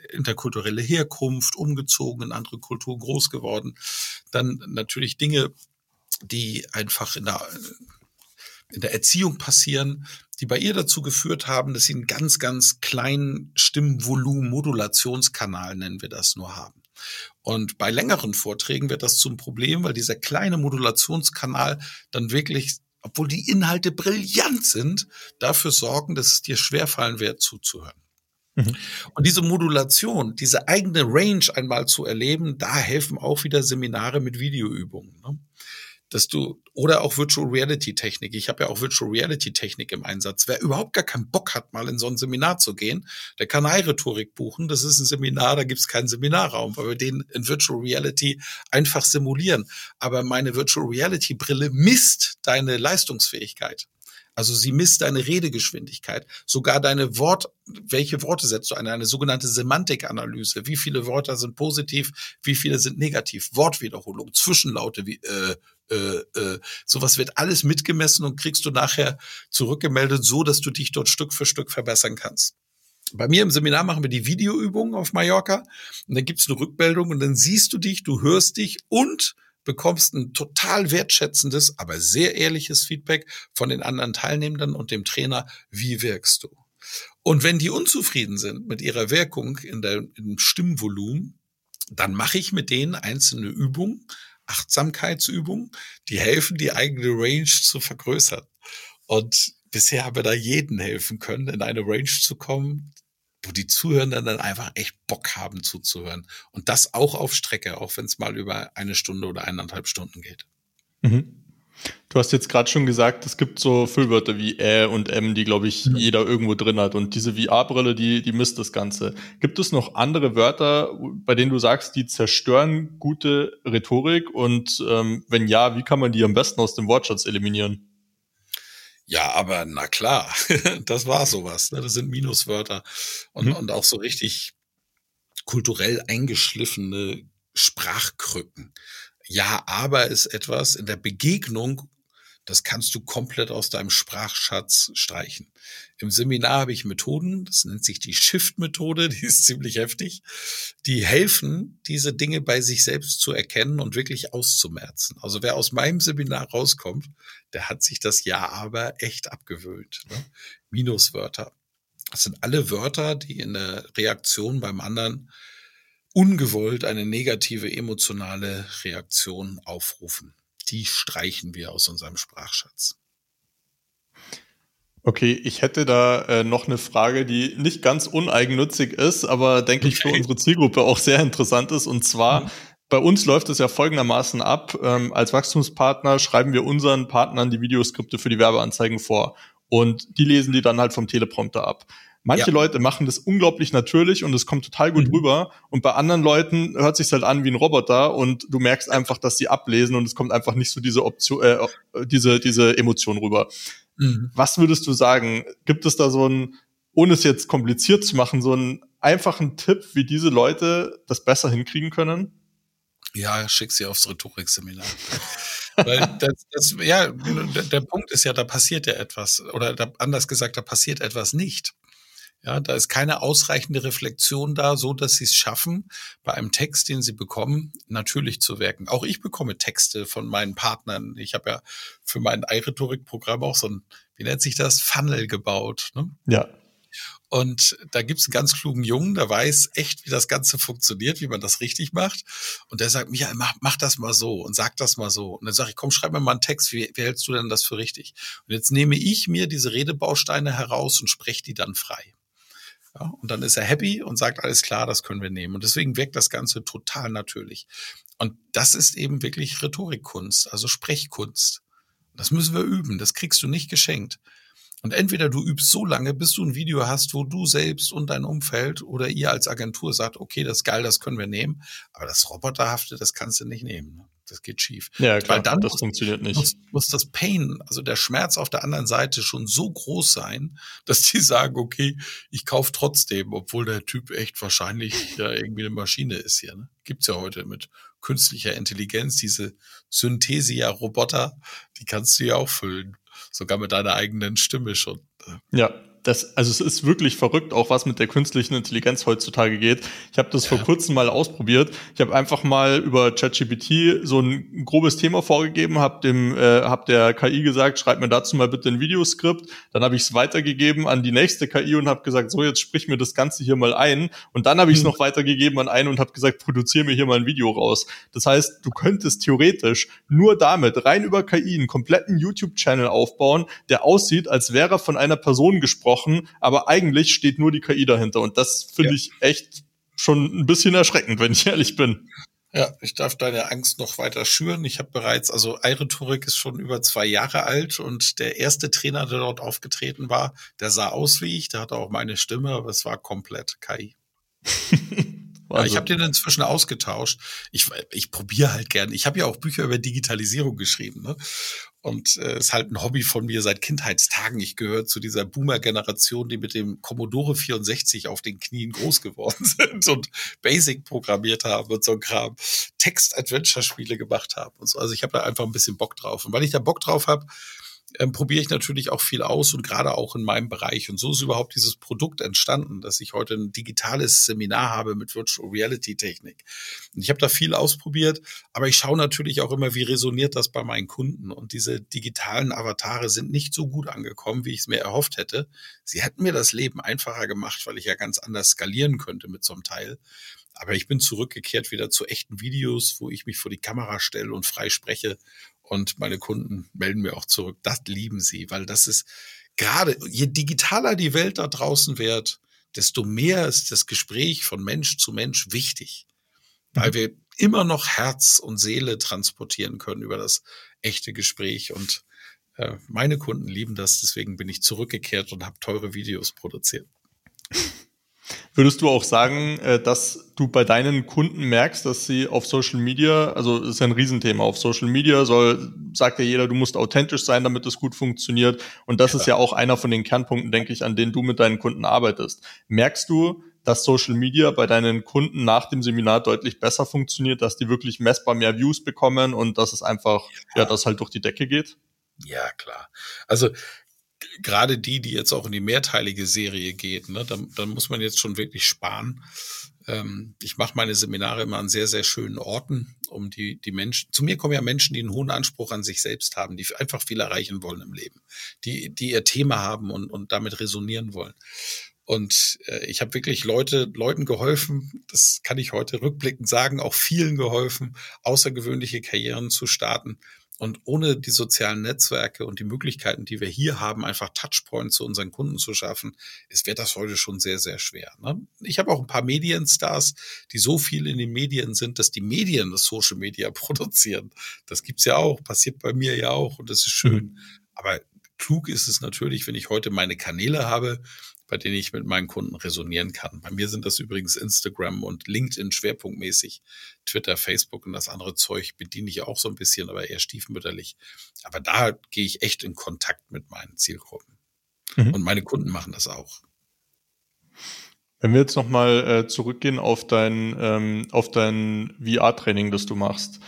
Herkunft, umgezogen, in andere Kulturen groß geworden. Dann natürlich Dinge, die einfach in der Erziehung passieren, die bei ihr dazu geführt haben, dass sie einen ganz, ganz kleinen Stimmvolumen, Modulationskanal nennen wir das nur haben. Und bei längeren Vorträgen wird das zum Problem, weil dieser kleine Modulationskanal dann wirklich, obwohl die Inhalte brillant sind, dafür sorgen, dass es dir schwerfallen wird, zuzuhören. Und diese Modulation, diese eigene Range einmal zu erleben, da helfen auch wieder Seminare mit Videoübungen, ne? Oder auch Virtual Reality Technik. Ich habe ja auch Virtual Reality Technik im Einsatz. Wer überhaupt gar keinen Bock hat, mal in so ein Seminar zu gehen, der kann iRhetorik buchen. Das ist ein Seminar, da gibt es keinen Seminarraum, weil wir den in Virtual Reality einfach simulieren. Aber meine Virtual Reality Brille misst deine Leistungsfähigkeit. Also sie misst deine Redegeschwindigkeit, sogar welche Worte setzt du ein, eine sogenannte Semantikanalyse. Wie viele Wörter sind positiv, wie viele sind negativ? Wortwiederholung, Zwischenlaute wie sowas wird alles mitgemessen und kriegst du nachher zurückgemeldet, so dass du dich dort Stück für Stück verbessern kannst. Bei mir im Seminar machen wir die Videoübungen auf Mallorca und dann gibt's eine Rückmeldung und dann siehst du dich, du hörst dich und bekommst ein total wertschätzendes, aber sehr ehrliches Feedback von den anderen Teilnehmenden und dem Trainer, wie wirkst du? Und wenn die unzufrieden sind mit ihrer Wirkung im Stimmvolumen, dann mache ich mit denen einzelne Übungen, Achtsamkeitsübungen, die helfen, die eigene Range zu vergrößern. Und bisher haben wir da jeden helfen können, in eine Range zu kommen, wo die Zuhörenden dann einfach echt Bock haben zuzuhören. Und das auch auf Strecke, auch wenn es mal über 1 Stunde oder 1,5 Stunden geht. Mhm. Du hast jetzt gerade schon gesagt, es gibt so Füllwörter wie und die, glaube ich, jeder irgendwo drin hat. Und diese VR-Brille, die misst das Ganze. Gibt es noch andere Wörter, bei denen du sagst, die zerstören gute Rhetorik? Und wenn ja, wie kann man die am besten aus dem Wortschatz eliminieren? Ja, aber na klar, das war sowas. Ne? Das sind Minuswörter und auch so richtig kulturell eingeschliffene Sprachkrücken. Ja, aber ist etwas in der Begegnung, das kannst du komplett aus deinem Sprachschatz streichen. Im Seminar habe ich Methoden, das nennt sich die Shift-Methode, die ist ziemlich heftig. Die helfen, diese Dinge bei sich selbst zu erkennen und wirklich auszumerzen. Also wer aus meinem Seminar rauskommt, der hat sich das Ja, aber echt abgewöhnt. Ne? Minuswörter. Das sind alle Wörter, die in der Reaktion beim anderen ungewollt eine negative emotionale Reaktion aufrufen. Die streichen wir aus unserem Sprachschatz. Okay, ich hätte da noch eine Frage, die nicht ganz uneigennützig ist, aber denke ich für unsere Zielgruppe auch sehr interessant ist. Und zwar, bei uns läuft es ja folgendermaßen ab. Als Wachstumspartner schreiben wir unseren Partnern die Videoskripte für die Werbeanzeigen vor. Und die lesen die dann halt vom Teleprompter ab. Manche Leute machen das unglaublich natürlich und es kommt total gut rüber. Und bei anderen Leuten hört sich's halt an wie ein Roboter und du merkst einfach, dass sie ablesen und es kommt einfach nicht so diese Option, diese Emotion rüber. Was würdest du sagen? Gibt es da so einen, ohne es jetzt kompliziert zu machen, so einen einfachen Tipp, wie diese Leute das besser hinkriegen können? Ja, schick sie aufs Rhetorikseminar. Weil der Punkt ist ja, da passiert ja etwas. Oder anders gesagt, da passiert etwas nicht. Ja, da ist keine ausreichende Reflexion da, so dass sie es schaffen, bei einem Text, den sie bekommen, natürlich zu wirken. Auch ich bekomme Texte von meinen Partnern. Ich habe ja für mein iRhetorik-Programm auch so ein, wie nennt sich das, Funnel gebaut. Ne? Ja. Und da gibt's einen ganz klugen Jungen, der weiß echt, wie das Ganze funktioniert, wie man das richtig macht. Und der sagt, Michael, mach das mal so und sag das mal so. Und dann sage ich, komm, schreib mir mal einen Text, wie hältst du denn das für richtig? Und jetzt nehme ich mir diese Redebausteine heraus und spreche die dann frei. Ja, und dann ist er happy und sagt, alles klar, das können wir nehmen. Und deswegen wirkt das Ganze total natürlich. Und das ist eben wirklich Rhetorikkunst, also Sprechkunst. Das müssen wir üben, das kriegst du nicht geschenkt. Und entweder du übst so lange, bis du ein Video hast, wo du selbst und dein Umfeld oder ihr als Agentur sagt, okay, das ist geil, das können wir nehmen. Aber das Roboterhafte, das kannst du nicht nehmen. Das geht schief. Ja, klar, weil dann das funktioniert nicht. Muss das Pain, also der Schmerz auf der anderen Seite schon so groß sein, dass die sagen, okay, ich kaufe trotzdem, obwohl der Typ echt wahrscheinlich ja irgendwie eine Maschine ist hier. Ne? Gibt's ja heute mit künstlicher Intelligenz, diese Synthesia-Roboter, die kannst du ja auch füllen. Sogar mit deiner eigenen Stimme schon. Ja, also es ist wirklich verrückt, auch was mit der künstlichen Intelligenz heutzutage geht. Ich habe das vor kurzem mal ausprobiert. Ich habe einfach mal über ChatGPT so ein grobes Thema vorgegeben, hab der KI gesagt, schreib mir dazu mal bitte ein Videoskript. Dann habe ich es weitergegeben an die nächste KI und habe gesagt, so, jetzt sprich mir das Ganze hier mal ein. Und dann habe ich es noch weitergegeben an einen und habe gesagt, produziere mir hier mal ein Video raus. Das heißt, du könntest theoretisch nur damit rein über KI einen kompletten YouTube-Channel aufbauen, der aussieht, als wäre er von einer Person gesprochen, aber eigentlich steht nur die KI dahinter. Und das finde ich echt schon ein bisschen erschreckend, wenn ich ehrlich bin. Ja, ich darf deine Angst noch weiter schüren. Ich habe bereits, also iRhetorik ist schon über 2 Jahre alt und der erste Trainer, der dort aufgetreten war, der sah aus wie ich, der hatte auch meine Stimme, aber es war komplett KI. Ja, ich habe den inzwischen ausgetauscht. Ich probiere halt gern. Ich habe ja auch Bücher über Digitalisierung geschrieben, ne? Und ist halt ein Hobby von mir seit Kindheitstagen. Ich gehöre zu dieser Boomer-Generation, die mit dem Commodore 64 auf den Knien groß geworden sind und Basic programmiert haben und so ein Kram, Text-Adventure-Spiele gemacht haben und so. Also ich habe da einfach ein bisschen Bock drauf. Und weil ich da Bock drauf habe, probiere ich natürlich auch viel aus und gerade auch in meinem Bereich. Und so ist überhaupt dieses Produkt entstanden, dass ich heute ein digitales Seminar habe mit Virtual Reality Technik. Und ich habe da viel ausprobiert, aber ich schaue natürlich auch immer, wie resoniert das bei meinen Kunden. Und diese digitalen Avatare sind nicht so gut angekommen, wie ich es mir erhofft hätte. Sie hätten mir das Leben einfacher gemacht, weil ich ja ganz anders skalieren könnte mit so einem Teil. Aber ich bin zurückgekehrt wieder zu echten Videos, wo ich mich vor die Kamera stelle und frei spreche. Und meine Kunden melden mir auch zurück, das lieben sie, weil das ist gerade, je digitaler die Welt da draußen wird, desto mehr ist das Gespräch von Mensch zu Mensch wichtig, weil wir immer noch Herz und Seele transportieren können über das echte Gespräch. Und meine Kunden lieben das, deswegen bin ich zurückgekehrt und habe teure Videos produziert. Würdest du auch sagen, dass du bei deinen Kunden merkst, dass sie auf Social Media, also das ist ja ein Riesenthema, auf Social Media sagt ja jeder, du musst authentisch sein, damit es gut funktioniert. Und das ist ja auch einer von den Kernpunkten, denke ich, an denen du mit deinen Kunden arbeitest. Merkst du, dass Social Media bei deinen Kunden nach dem Seminar deutlich besser funktioniert, dass die wirklich messbar mehr Views bekommen und dass es einfach, das halt durch die Decke geht? Ja, klar. Also gerade die jetzt auch in die mehrteilige Serie geht, ne, dann muss man jetzt schon wirklich sparen. Ich mache meine Seminare immer an sehr, sehr schönen Orten, um die Menschen, zu mir kommen ja Menschen, die einen hohen Anspruch an sich selbst haben, die einfach viel erreichen wollen im Leben, die ihr Thema haben und damit resonieren wollen. Und ich habe wirklich Leuten geholfen, das kann ich heute rückblickend sagen, auch vielen geholfen, außergewöhnliche Karrieren zu starten. Und ohne die sozialen Netzwerke und die Möglichkeiten, die wir hier haben, einfach Touchpoints zu unseren Kunden zu schaffen, wird das heute schon sehr, sehr schwer. Ne? Ich habe auch ein paar Medienstars, die so viel in den Medien sind, dass die Medien das Social Media produzieren. Das gibt's ja auch, passiert bei mir ja auch und das ist schön. Aber klug ist es natürlich, wenn ich heute meine Kanäle habe, bei denen ich mit meinen Kunden resonieren kann. Bei mir sind das übrigens Instagram und LinkedIn schwerpunktmäßig. Twitter, Facebook und das andere Zeug bediene ich auch so ein bisschen, aber eher stiefmütterlich. Aber da gehe ich echt in Kontakt mit meinen Zielgruppen. Und meine Kunden machen das auch. Wenn wir jetzt nochmal zurückgehen auf dein VR-Training, das du machst.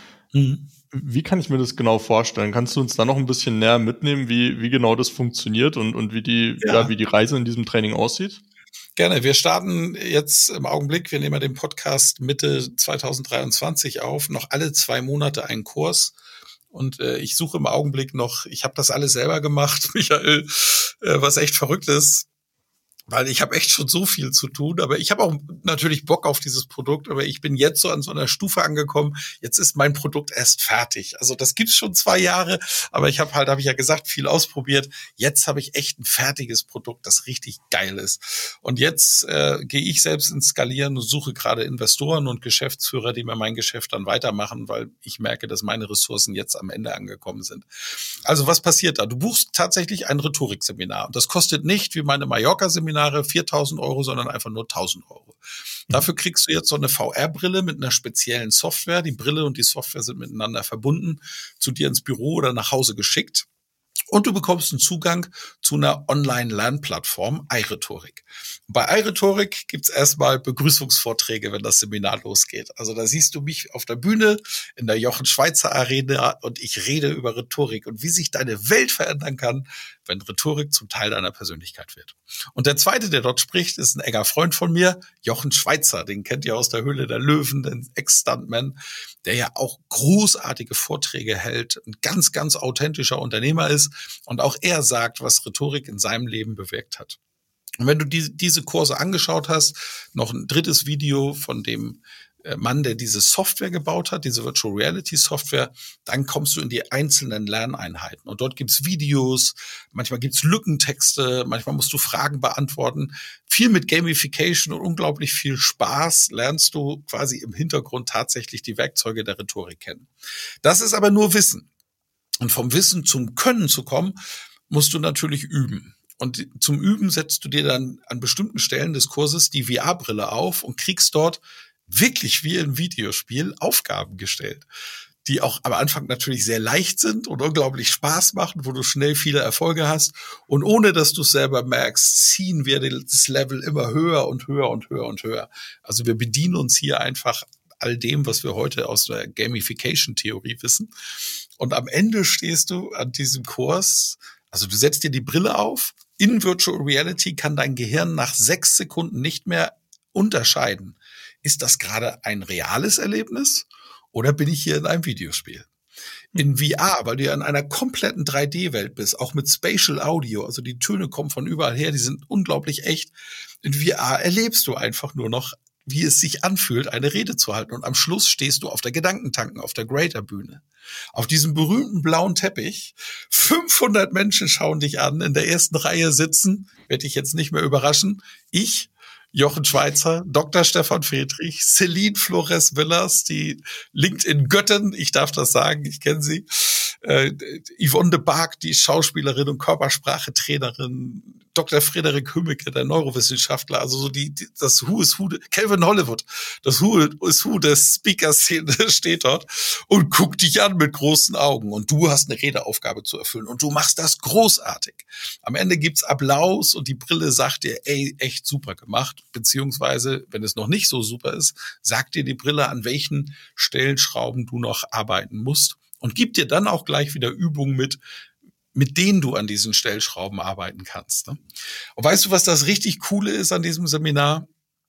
Wie kann ich mir das genau vorstellen? Kannst du uns da noch ein bisschen näher mitnehmen, wie genau das funktioniert und wie die Reise in diesem Training aussieht? Gerne. Wir starten jetzt im Augenblick, wir nehmen den Podcast Mitte 2023 auf, noch alle 2 Monate einen Kurs. Und ich suche im Augenblick noch, ich habe das alles selber gemacht, Michael, was echt verrückt ist. Weil ich habe echt schon so viel zu tun, aber ich habe auch natürlich Bock auf dieses Produkt, aber ich bin jetzt so an so einer Stufe angekommen, jetzt ist mein Produkt erst fertig. Also das gibt's schon 2 Jahre, aber ich habe ja gesagt, viel ausprobiert. Jetzt habe ich echt ein fertiges Produkt, das richtig geil ist. Und jetzt gehe ich selbst ins Skalieren und suche gerade Investoren und Geschäftsführer, die mir mein Geschäft dann weitermachen, weil ich merke, dass meine Ressourcen jetzt am Ende angekommen sind. Also was passiert da? Du buchst tatsächlich ein Rhetorikseminar und das kostet nicht wie meine Mallorca-Seminare 4.000 €, sondern einfach nur 1.000 €. Dafür kriegst du jetzt so eine VR-Brille mit einer speziellen Software. Die Brille und die Software sind miteinander verbunden, zu dir ins Büro oder nach Hause geschickt. Und du bekommst einen Zugang zu einer Online-Lernplattform, iRhetorik. Bei iRhetorik gibt's erstmal Begrüßungsvorträge, wenn das Seminar losgeht. Also da siehst du mich auf der Bühne in der Jochen Schweizer Arena und ich rede über Rhetorik und wie sich deine Welt verändern kann, wenn Rhetorik zum Teil deiner Persönlichkeit wird. Und der zweite, der dort spricht, ist ein enger Freund von mir, Jochen Schweizer. Den kennt ihr aus der Höhle der Löwen, den Ex-Stuntman, der ja auch großartige Vorträge hält, ein ganz, ganz authentischer Unternehmer ist und auch er sagt, was Rhetorik in seinem Leben bewirkt hat. Und wenn du diese Kurse angeschaut hast, noch ein drittes Video von dem Mann, der diese Software gebaut hat, diese Virtual Reality Software, dann kommst du in die einzelnen Lerneinheiten. Und dort gibt's Videos, manchmal gibt's Lückentexte, manchmal musst du Fragen beantworten. Viel mit Gamification und unglaublich viel Spaß lernst du quasi im Hintergrund tatsächlich die Werkzeuge der Rhetorik kennen. Das ist aber nur Wissen. Und vom Wissen zum Können zu kommen, musst du natürlich üben. Und zum Üben setzt du dir dann an bestimmten Stellen des Kurses die VR-Brille auf und kriegst dort wirklich wie im Videospiel Aufgaben gestellt, die auch am Anfang natürlich sehr leicht sind und unglaublich Spaß machen, wo du schnell viele Erfolge hast. Und ohne, dass du es selber merkst, ziehen wir das Level immer höher und höher und höher und höher. Also wir bedienen uns hier einfach all dem, was wir heute aus der Gamification-Theorie wissen. Und am Ende stehst du an diesem Kurs, also du setzt dir die Brille auf. In Virtual Reality kann dein Gehirn nach 6 Sekunden nicht mehr unterscheiden. Ist das gerade ein reales Erlebnis oder bin ich hier in einem Videospiel? In VR, weil du ja in einer kompletten 3D-Welt bist, auch mit Spatial Audio, also die Töne kommen von überall her, die sind unglaublich echt. In VR erlebst du einfach nur noch, wie es sich anfühlt, eine Rede zu halten. Und am Schluss stehst du auf der Gedankentanken, auf der Greater-Bühne. Auf diesem berühmten blauen Teppich. 500 Menschen schauen dich an, in der ersten Reihe sitzen, werde ich jetzt nicht mehr überraschen. Ich, Jochen Schweizer, Dr. Stefan Friedrich, Celine Flores Villas, die LinkedIn-Göttin, ich darf das sagen, ich kenne sie, Yvonne de Barg, die Schauspielerin und Körpersprachetrainerin, Dr. Frederik Hümmeke, der Neurowissenschaftler, also so das Who is Who, Calvin Hollywood, das Who is Who der Speaker-Szene steht dort und guckt dich an mit großen Augen und du hast eine Redeaufgabe zu erfüllen und du machst das großartig. Am Ende gibt's Applaus und die Brille sagt dir, ey, echt super gemacht, beziehungsweise, wenn es noch nicht so super ist, sagt dir die Brille, an welchen Stellschrauben du noch arbeiten musst und gibt dir dann auch gleich wieder Übungen mit denen du an diesen Stellschrauben arbeiten kannst. Ne? Und weißt du, was das richtig Coole ist an diesem Seminar?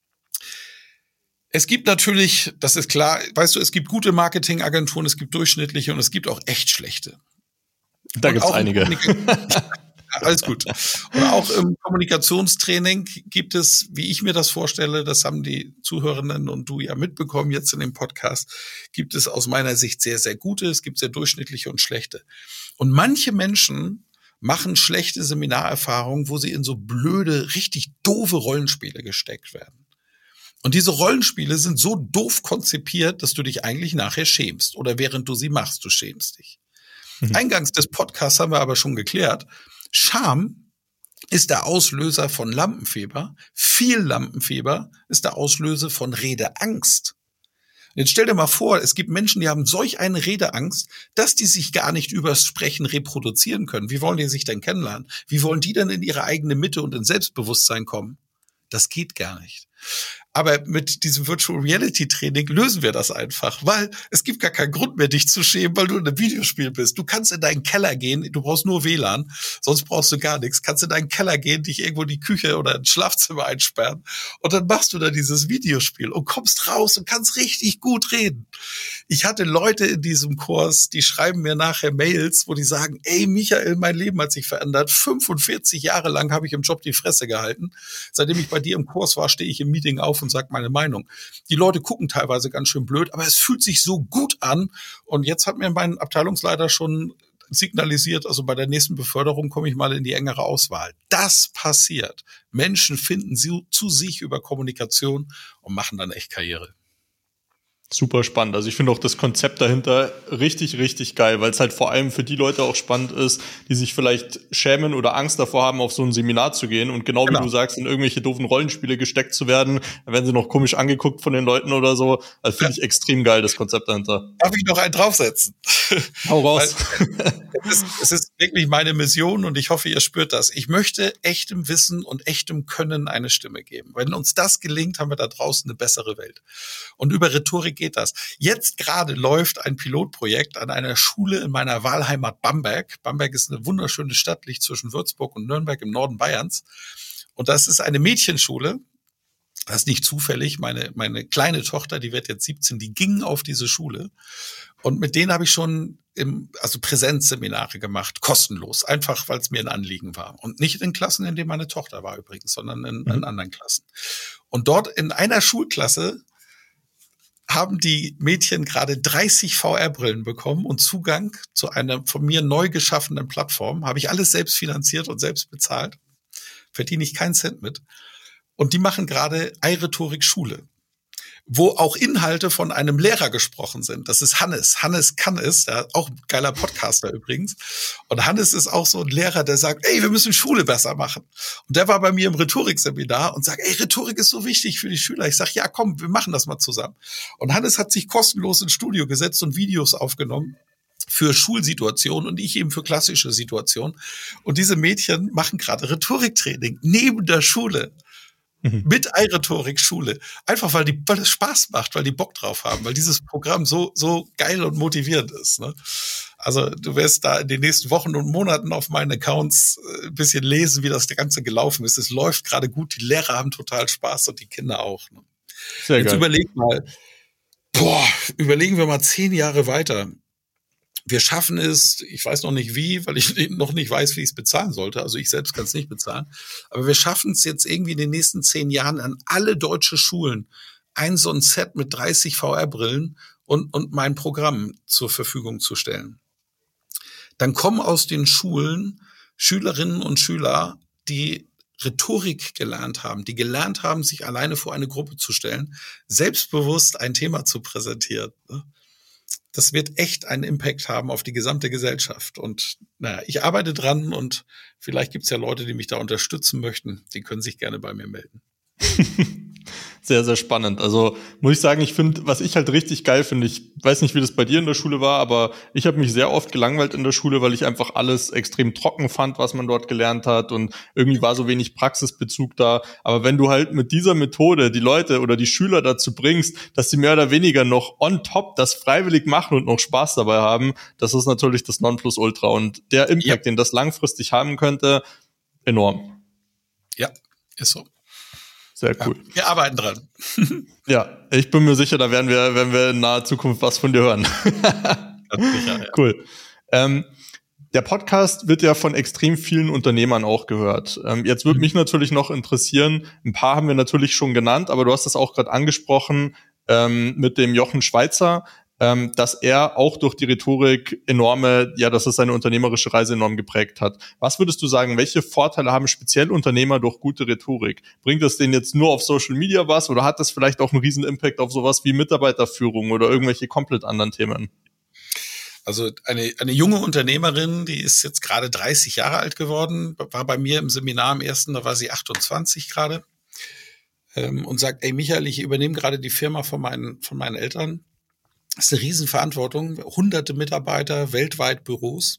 Es gibt natürlich, das ist klar, weißt du, es gibt gute Marketingagenturen, es gibt durchschnittliche und es gibt auch echt schlechte. Da gibt's einige. Alles gut. Und auch im Kommunikationstraining gibt es, wie ich mir das vorstelle, das haben die Zuhörenden und du ja mitbekommen jetzt in dem Podcast, gibt es aus meiner Sicht sehr, sehr gute, es gibt sehr durchschnittliche und schlechte. Und manche Menschen machen schlechte Seminarerfahrungen, wo sie in so blöde, richtig doofe Rollenspiele gesteckt werden. Und diese Rollenspiele sind so doof konzipiert, dass du dich eigentlich nachher schämst. Oder während du sie machst, du schämst dich. Eingangs des Podcasts haben wir aber schon geklärt, Scham ist der Auslöser von Lampenfieber. Viel Lampenfieber ist der Auslöser von Redeangst. Jetzt stell dir mal vor, es gibt Menschen, die haben solch eine Redeangst, dass die sich gar nicht übers Sprechen reproduzieren können. Wie wollen die sich denn kennenlernen? Wie wollen die denn in ihre eigene Mitte und in Selbstbewusstsein kommen? Das geht gar nicht. Aber mit diesem Virtual Reality Training lösen wir das einfach, weil es gibt gar keinen Grund mehr, dich zu schämen, weil du in einem Videospiel bist. Du kannst in deinen Keller gehen, du brauchst nur WLAN, sonst brauchst du gar nichts. Kannst in deinen Keller gehen, dich irgendwo in die Küche oder ins Schlafzimmer einsperren und dann machst du da dieses Videospiel und kommst raus und kannst richtig gut reden. Ich hatte Leute in diesem Kurs, die schreiben mir nachher Mails, wo die sagen, ey Michael, mein Leben hat sich verändert. 45 Jahre lang habe ich im Job die Fresse gehalten. Seitdem ich bei dir im Kurs war, stehe ich im Meeting auf und sage meine Meinung. Die Leute gucken teilweise ganz schön blöd, aber es fühlt sich so gut an. Und jetzt hat mir mein Abteilungsleiter schon signalisiert, also bei der nächsten Beförderung komme ich mal in die engere Auswahl. Das passiert. Menschen finden zu sich über Kommunikation und machen dann echt Karriere. Super spannend. Also ich finde auch das Konzept dahinter richtig, richtig geil, weil es halt vor allem für die Leute auch spannend ist, die sich vielleicht schämen oder Angst davor haben, auf so ein Seminar zu gehen und genau wie du sagst, in irgendwelche doofen Rollenspiele gesteckt zu werden, dann werden sie noch komisch angeguckt von den Leuten oder so. Also finde ich extrem geil, das Konzept dahinter. Darf ich noch einen draufsetzen? Hau raus. Es ist wirklich meine Mission und ich hoffe, ihr spürt das. Ich möchte echtem Wissen und echtem Können eine Stimme geben. Wenn uns das gelingt, haben wir da draußen eine bessere Welt. Und über Rhetorik geht das. Jetzt gerade läuft ein Pilotprojekt an einer Schule in meiner Wahlheimat Bamberg. Bamberg ist eine wunderschöne Stadt, liegt zwischen Würzburg und Nürnberg im Norden Bayerns. Und das ist eine Mädchenschule. Das ist nicht zufällig. Meine kleine Tochter, die wird jetzt 17, die ging auf diese Schule. Und mit denen habe ich schon Präsenzseminare gemacht, kostenlos, einfach weil es mir ein Anliegen war. Und nicht in Klassen, in denen meine Tochter war übrigens, sondern in anderen Klassen. Und dort in einer Schulklasse haben die Mädchen gerade 30 VR-Brillen bekommen und Zugang zu einer von mir neu geschaffenen Plattform. Habe ich alles selbst finanziert und selbst bezahlt. Verdiene ich keinen Cent mit. Und die machen gerade iRhetorik Schule. wo auch Inhalte von einem Lehrer gesprochen sind. Das ist Hannes. Hannes kann es, der auch ein geiler Podcaster übrigens. Und Hannes ist auch so ein Lehrer, der sagt, ey, wir müssen Schule besser machen. Und der war bei mir im Rhetorikseminar und sagt, ey, Rhetorik ist so wichtig für die Schüler. Ich sag, ja, komm, wir machen das mal zusammen. Und Hannes hat sich kostenlos ins Studio gesetzt und Videos aufgenommen für Schulsituationen und ich eben für klassische Situationen. Und diese Mädchen machen gerade Rhetoriktraining neben der Schule. Mit Rhetorik-Schule. Einfach, weil es Spaß macht, weil die Bock drauf haben, weil dieses Programm so geil und motivierend ist. Ne? Also du wirst da in den nächsten Wochen und Monaten auf meinen Accounts ein bisschen lesen, wie das Ganze gelaufen ist. Es läuft gerade gut, die Lehrer haben total Spaß und die Kinder auch. Ne? Sehr Jetzt geil. Überlegen wir mal 10 Jahre weiter. Wir schaffen es, ich weiß noch nicht wie, weil ich noch nicht weiß, wie ich es bezahlen sollte. Also ich selbst kann es nicht bezahlen. Aber wir schaffen es jetzt irgendwie in den nächsten 10 Jahren an alle deutsche Schulen so ein Set mit 30 VR-Brillen und mein Programm zur Verfügung zu stellen. Dann kommen aus den Schulen Schülerinnen und Schüler, die Rhetorik gelernt haben, die gelernt haben, sich alleine vor eine Gruppe zu stellen, selbstbewusst ein Thema zu präsentieren. Das wird echt einen Impact haben auf die gesamte Gesellschaft. Und ich arbeite dran und vielleicht gibt's ja Leute, die mich da unterstützen möchten. Die können sich gerne bei mir melden. Sehr, sehr spannend. Also muss ich sagen, ich finde, was ich halt richtig geil finde, ich weiß nicht, wie das bei dir in der Schule war, aber ich habe mich sehr oft gelangweilt in der Schule, weil ich einfach alles extrem trocken fand, was man dort gelernt hat und irgendwie war so wenig Praxisbezug da. Aber wenn du halt mit dieser Methode die Leute oder die Schüler dazu bringst, dass sie mehr oder weniger noch on top das freiwillig machen und noch Spaß dabei haben, das ist natürlich das Nonplusultra und der Impact, den das langfristig haben könnte, enorm. Ja, ist so. Sehr cool. Ja, wir arbeiten dran. Ja, ich bin mir sicher, da werden wir in naher Zukunft was von dir hören. Ganz sicher, ja. Cool. Der Podcast wird ja von extrem vielen Unternehmern auch gehört. Jetzt würde mich natürlich noch interessieren, ein paar haben wir natürlich schon genannt, aber du hast das auch gerade angesprochen mit dem Jochen Schweizer, dass er auch durch die Rhetorik dass es seine unternehmerische Reise enorm geprägt hat. Was würdest du sagen, welche Vorteile haben speziell Unternehmer durch gute Rhetorik? Bringt das denen jetzt nur auf Social Media was oder hat das vielleicht auch einen riesen Impact auf sowas wie Mitarbeiterführung oder irgendwelche komplett anderen Themen? Also eine junge Unternehmerin, die ist jetzt gerade 30 Jahre alt geworden, war bei mir im Seminar im ersten, da war sie 28 gerade und sagt, ey Michael, ich übernehme gerade die Firma von meinen Eltern. Das ist eine Riesenverantwortung, hunderte Mitarbeiter, weltweit Büros.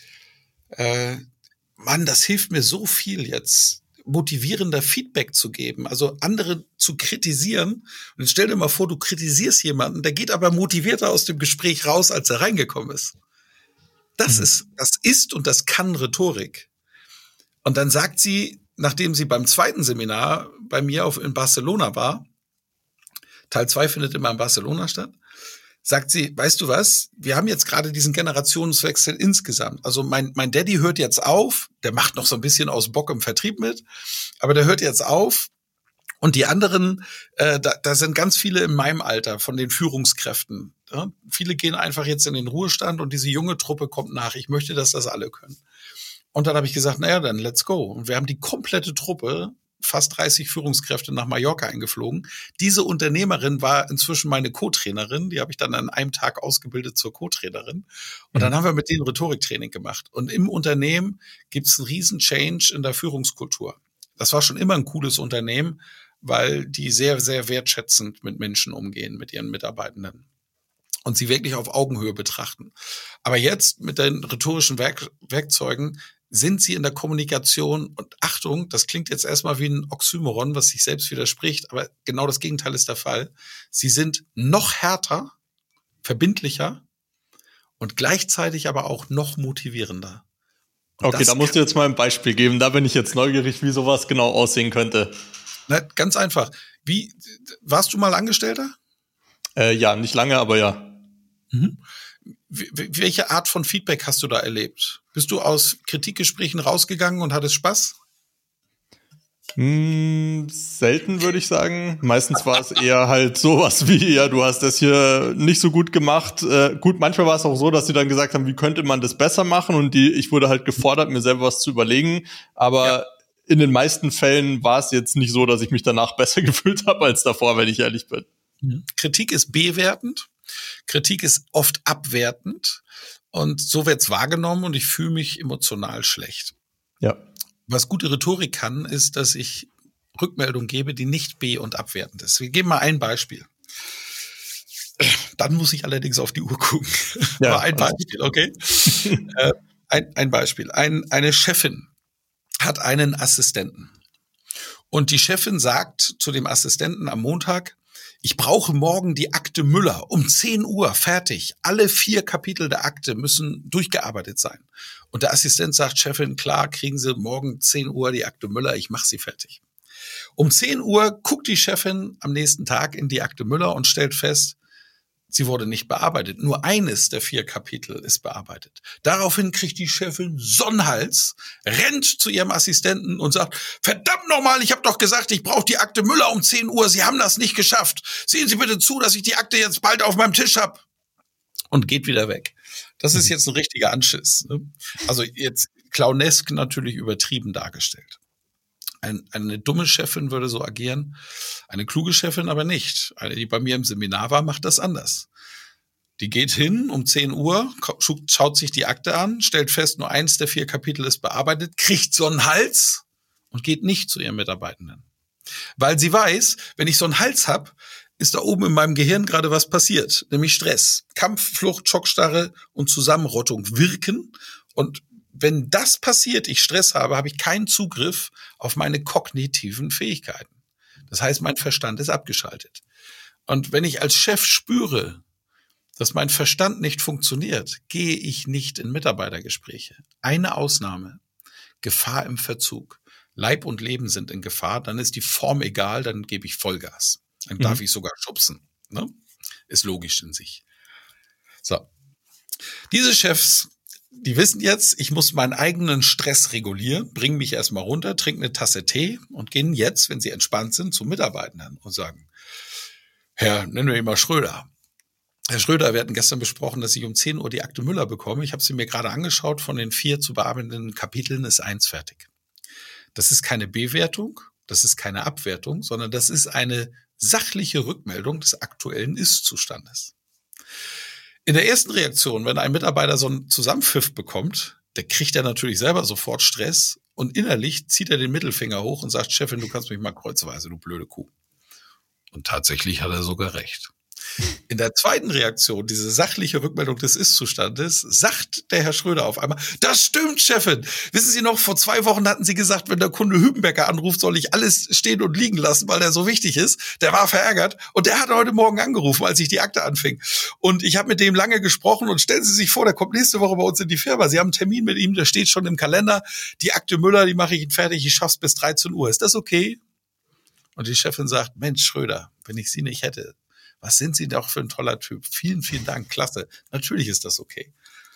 Mann, das hilft mir so viel jetzt, motivierender Feedback zu geben, also andere zu kritisieren. Und jetzt stell dir mal vor, du kritisierst jemanden, der geht aber motivierter aus dem Gespräch raus, als er reingekommen ist. Das ist und das kann Rhetorik. Und dann sagt sie, nachdem sie beim zweiten Seminar bei mir in Barcelona war, Teil 2 findet immer in Barcelona statt, sagt sie, weißt du was, wir haben jetzt gerade diesen Generationswechsel insgesamt. Also mein Daddy hört jetzt auf, der macht noch so ein bisschen aus Bock im Vertrieb mit, aber der hört jetzt auf und die anderen, da sind ganz viele in meinem Alter von den Führungskräften. Ja? Viele gehen einfach jetzt in den Ruhestand und diese junge Truppe kommt nach. Ich möchte, dass das alle können. Und dann habe ich gesagt, naja, dann let's go. Und wir haben die komplette Truppe, fast 30 Führungskräfte nach Mallorca eingeflogen. Diese Unternehmerin war inzwischen meine Co-Trainerin. Die habe ich dann an einem Tag ausgebildet zur Co-Trainerin. Und dann haben wir mit denen Rhetoriktraining gemacht. Und im Unternehmen gibt es einen riesen Change in der Führungskultur. Das war schon immer ein cooles Unternehmen, weil die sehr, sehr wertschätzend mit Menschen umgehen, mit ihren Mitarbeitenden. Und sie wirklich auf Augenhöhe betrachten. Aber jetzt mit den rhetorischen Werkzeugen sind sie in der Kommunikation und Achtung, das klingt jetzt erstmal wie ein Oxymoron, was sich selbst widerspricht, aber genau das Gegenteil ist der Fall. Sie sind noch härter, verbindlicher und gleichzeitig aber auch noch motivierender. Und okay, da musst du jetzt mal ein Beispiel geben. Da bin ich jetzt neugierig, wie sowas genau aussehen könnte. Na, ganz einfach. Warst du mal Angestellter? Ja, nicht lange, aber ja. Mhm. Welche Art von Feedback hast du da erlebt? Bist du aus Kritikgesprächen rausgegangen und hattest Spaß? Selten, würde ich sagen. Meistens war es eher halt sowas wie, ja, du hast das hier nicht so gut gemacht. Gut, manchmal war es auch so, dass sie dann gesagt haben, wie könnte man das besser machen? Und ich wurde halt gefordert, mir selber was zu überlegen. Aber in den meisten Fällen war es jetzt nicht so, dass ich mich danach besser gefühlt habe als davor, wenn ich ehrlich bin. Kritik ist bewertend. Kritik ist oft abwertend. Und so wird's wahrgenommen und ich fühle mich emotional schlecht. Ja. Was gute Rhetorik kann, ist, dass ich Rückmeldung gebe, die nicht be- und abwertend ist. Wir geben mal ein Beispiel. Dann muss ich allerdings auf die Uhr gucken. Ja, aber ein Beispiel, okay? Ein Beispiel. Eine Chefin hat einen Assistenten. Und die Chefin sagt zu dem Assistenten am Montag, ich brauche morgen die Akte Müller um 10 Uhr fertig. Alle 4 Kapitel der Akte müssen durchgearbeitet sein. Und der Assistent sagt, Chefin, klar, kriegen Sie morgen 10 Uhr die Akte Müller, ich mache sie fertig. Um 10 Uhr guckt die Chefin am nächsten Tag in die Akte Müller und stellt fest, sie wurde nicht bearbeitet. Nur eines der 4 Kapitel ist bearbeitet. Daraufhin kriegt die Chefin Sonnenhals, rennt zu ihrem Assistenten und sagt, verdammt nochmal, ich habe doch gesagt, ich brauche die Akte Müller um 10 Uhr. Sie haben das nicht geschafft. Sehen Sie bitte zu, dass ich die Akte jetzt bald auf meinem Tisch habe. Und geht wieder weg. Das ist jetzt ein richtiger Anschiss. Ne? Also jetzt clownesk natürlich übertrieben dargestellt. Eine dumme Chefin würde so agieren, eine kluge Chefin aber nicht. Eine, die bei mir im Seminar war, macht das anders. Die geht hin um 10 Uhr, schaut sich die Akte an, stellt fest, nur eins der 4 Kapitel ist bearbeitet, kriegt so einen Hals und geht nicht zu ihren Mitarbeitenden. Weil sie weiß, wenn ich so einen Hals habe, ist da oben in meinem Gehirn gerade was passiert, nämlich Stress. Kampf, Flucht, Schockstarre und Zusammenrottung wirken. Und wenn das passiert, ich Stress habe, habe ich keinen Zugriff auf meine kognitiven Fähigkeiten. Das heißt, mein Verstand ist abgeschaltet. Und wenn ich als Chef spüre, dass mein Verstand nicht funktioniert, gehe ich nicht in Mitarbeitergespräche. Eine Ausnahme, Gefahr im Verzug. Leib und Leben sind in Gefahr, dann ist die Form egal, dann gebe ich Vollgas. Dann darf ich sogar schubsen. Ne? Ist logisch in sich. So. Diese Chefs, die wissen jetzt, ich muss meinen eigenen Stress regulieren, bringen mich erstmal runter, trinken eine Tasse Tee und gehen jetzt, wenn sie entspannt sind, zu Mitarbeitenden und sagen, Herr, nennen wir ihn mal Schröder. Herr Schröder, wir hatten gestern besprochen, dass ich um 10 Uhr die Akte Müller bekomme. Ich habe sie mir gerade angeschaut, von den 4 zu bearbeitenden Kapiteln ist 1 fertig. Das ist keine Bewertung, das ist keine Abwertung, sondern das ist eine sachliche Rückmeldung des aktuellen Ist-Zustandes. In der ersten Reaktion, wenn ein Mitarbeiter so einen Zusammenpfiff bekommt, der kriegt er natürlich selber sofort Stress und innerlich zieht er den Mittelfinger hoch und sagt, Chefin, du kannst mich mal kreuzweise, du blöde Kuh. Und tatsächlich hat er sogar recht. In der zweiten Reaktion, diese sachliche Rückmeldung des Ist-Zustandes, sagt der Herr Schröder auf einmal, das stimmt, Chefin. Wissen Sie noch, vor 2 Wochen hatten Sie gesagt, wenn der Kunde Hübenbecker anruft, soll ich alles stehen und liegen lassen, weil der so wichtig ist. Der war verärgert und der hat heute Morgen angerufen, als ich die Akte anfing. Und ich habe mit dem lange gesprochen und stellen Sie sich vor, der kommt nächste Woche bei uns in die Firma. Sie haben einen Termin mit ihm, der steht schon im Kalender. Die Akte Müller, die mache ich Ihnen fertig, ich schaff's bis 13 Uhr. Ist das okay? Und die Chefin sagt, Mensch, Schröder, wenn ich Sie nicht hätte, was sind Sie doch für ein toller Typ? Vielen, vielen Dank, klasse. Natürlich ist das okay.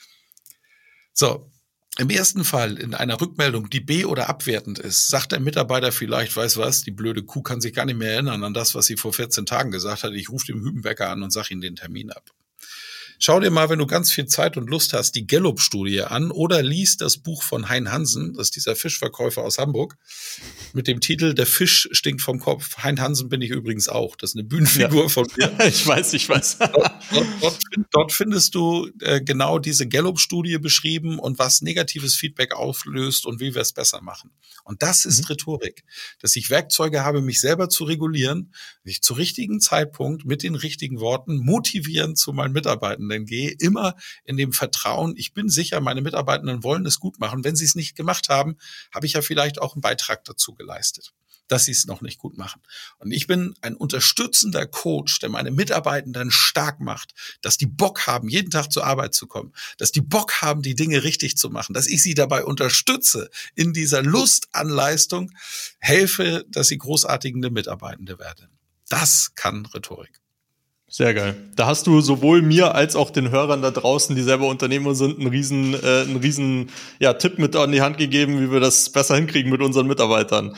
So, im ersten Fall in einer Rückmeldung, die be- oder abwertend ist, sagt der Mitarbeiter vielleicht, weiß was, die blöde Kuh kann sich gar nicht mehr erinnern an das, was sie vor 14 Tagen gesagt hat. Ich rufe den Hübenbecker an und sage ihm den Termin ab. Schau dir mal, wenn du ganz viel Zeit und Lust hast, die Gallup-Studie an oder liest das Buch von Hein Hansen, das ist dieser Fischverkäufer aus Hamburg, mit dem Titel Der Fisch stinkt vom Kopf. Hein Hansen bin ich übrigens auch. Das ist eine Bühnenfigur von mir. Ich weiß. Dort findest du genau diese Gallup-Studie beschrieben und was negatives Feedback auslöst und wie wir es besser machen. Und das ist Rhetorik, dass ich Werkzeuge habe, mich selber zu regulieren, dass ich zu richtigen Zeitpunkt mit den richtigen Worten motivierend zu meinen Mitarbeitenden gehe, immer in dem Vertrauen, ich bin sicher, meine Mitarbeitenden wollen es gut machen. Wenn sie es nicht gemacht haben, habe ich ja vielleicht auch einen Beitrag dazu geleistet, dass sie es noch nicht gut machen. Und ich bin ein unterstützender Coach, der meine Mitarbeitenden stark macht, dass die Bock haben, jeden Tag zur Arbeit zu kommen, dass die Bock haben, die Dinge richtig zu machen, dass ich sie dabei unterstütze, in dieser Lust an Leistung, helfe, dass sie großartige Mitarbeitende werden. Das kann Rhetorik. Sehr geil. Da hast du sowohl mir als auch den Hörern da draußen, die selber Unternehmer sind, einen riesen Tipp mit an die Hand gegeben, wie wir das besser hinkriegen mit unseren Mitarbeitern.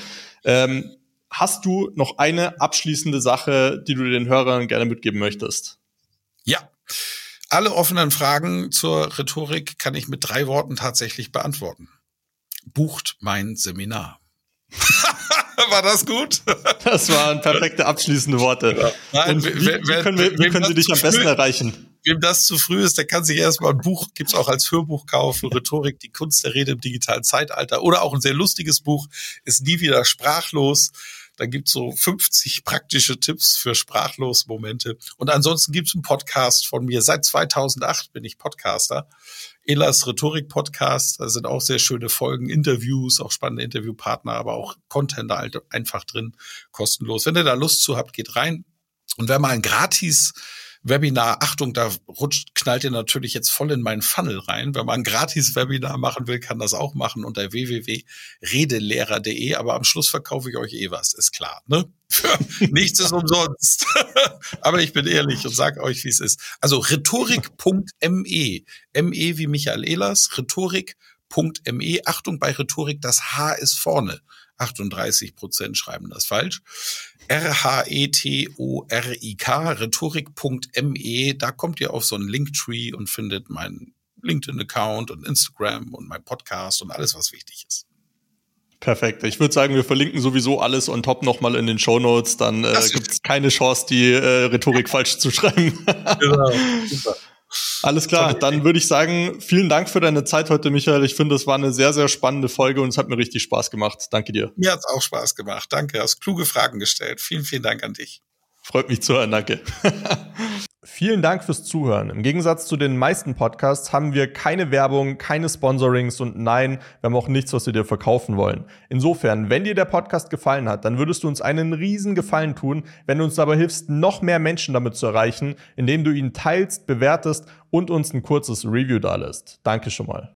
Hast du noch eine abschließende Sache, die du den Hörern gerne mitgeben möchtest? Ja. Alle offenen Fragen zur Rhetorik kann ich mit 3 Worten tatsächlich beantworten. Bucht mein Seminar. War das gut? Das waren perfekte abschließende Worte. Ja. Nein, und wie können Sie dich am besten erreichen? Wem das zu früh ist, der kann sich erstmal ein Buch, gibt's auch als Hörbuch kaufen, Rhetorik, die Kunst der Rede im digitalen Zeitalter. Oder auch ein sehr lustiges Buch, ist Nie wieder sprachlos. Da gibt's so 50 praktische Tipps für Sprachlos-Momente. Und ansonsten gibt's einen Podcast von mir. Seit 2008 bin ich Podcaster. Elas Rhetorik-Podcast, da sind auch sehr schöne Folgen, Interviews, auch spannende Interviewpartner, aber auch Content da halt einfach drin, kostenlos. Wenn ihr da Lust zu habt, geht rein. Und wer mal ein Gratis-Webinar, Achtung, da knallt ihr natürlich jetzt voll in meinen Funnel rein. Wenn man ein Gratis-Webinar machen will, kann das auch machen unter www.redelehrer.de. Aber am Schluss verkaufe ich euch was, ist klar, ne? Nichts ist umsonst. Aber ich bin ehrlich und sage euch, wie es ist. Also rhetorik.me, ME wie Michael Ehlers, rhetorik.me. Achtung, bei Rhetorik, das H ist vorne. 38% schreiben das falsch. RHETORIK, rhetorik.me. Da kommt ihr auf so einen Linktree und findet meinen LinkedIn-Account und Instagram und mein Podcast und alles, was wichtig ist. Perfekt. Ich würde sagen, wir verlinken sowieso alles on top nochmal in den Shownotes. Dann gibt es keine Chance, die Rhetorik falsch zu schreiben. Genau, super. Alles klar, dann würde ich sagen, vielen Dank für deine Zeit heute, Michael. Ich finde, es war eine sehr, sehr spannende Folge und es hat mir richtig Spaß gemacht. Danke dir. Mir hat's auch Spaß gemacht. Danke, hast kluge Fragen gestellt. Vielen, vielen Dank an dich. Freut mich zu hören, danke. Vielen Dank fürs Zuhören. Im Gegensatz zu den meisten Podcasts haben wir keine Werbung, keine Sponsorings und nein, wir haben auch nichts, was wir dir verkaufen wollen. Insofern, wenn dir der Podcast gefallen hat, dann würdest du uns einen riesen Gefallen tun, wenn du uns dabei hilfst, noch mehr Menschen damit zu erreichen, indem du ihn teilst, bewertest und uns ein kurzes Review dalässt. Danke schon mal.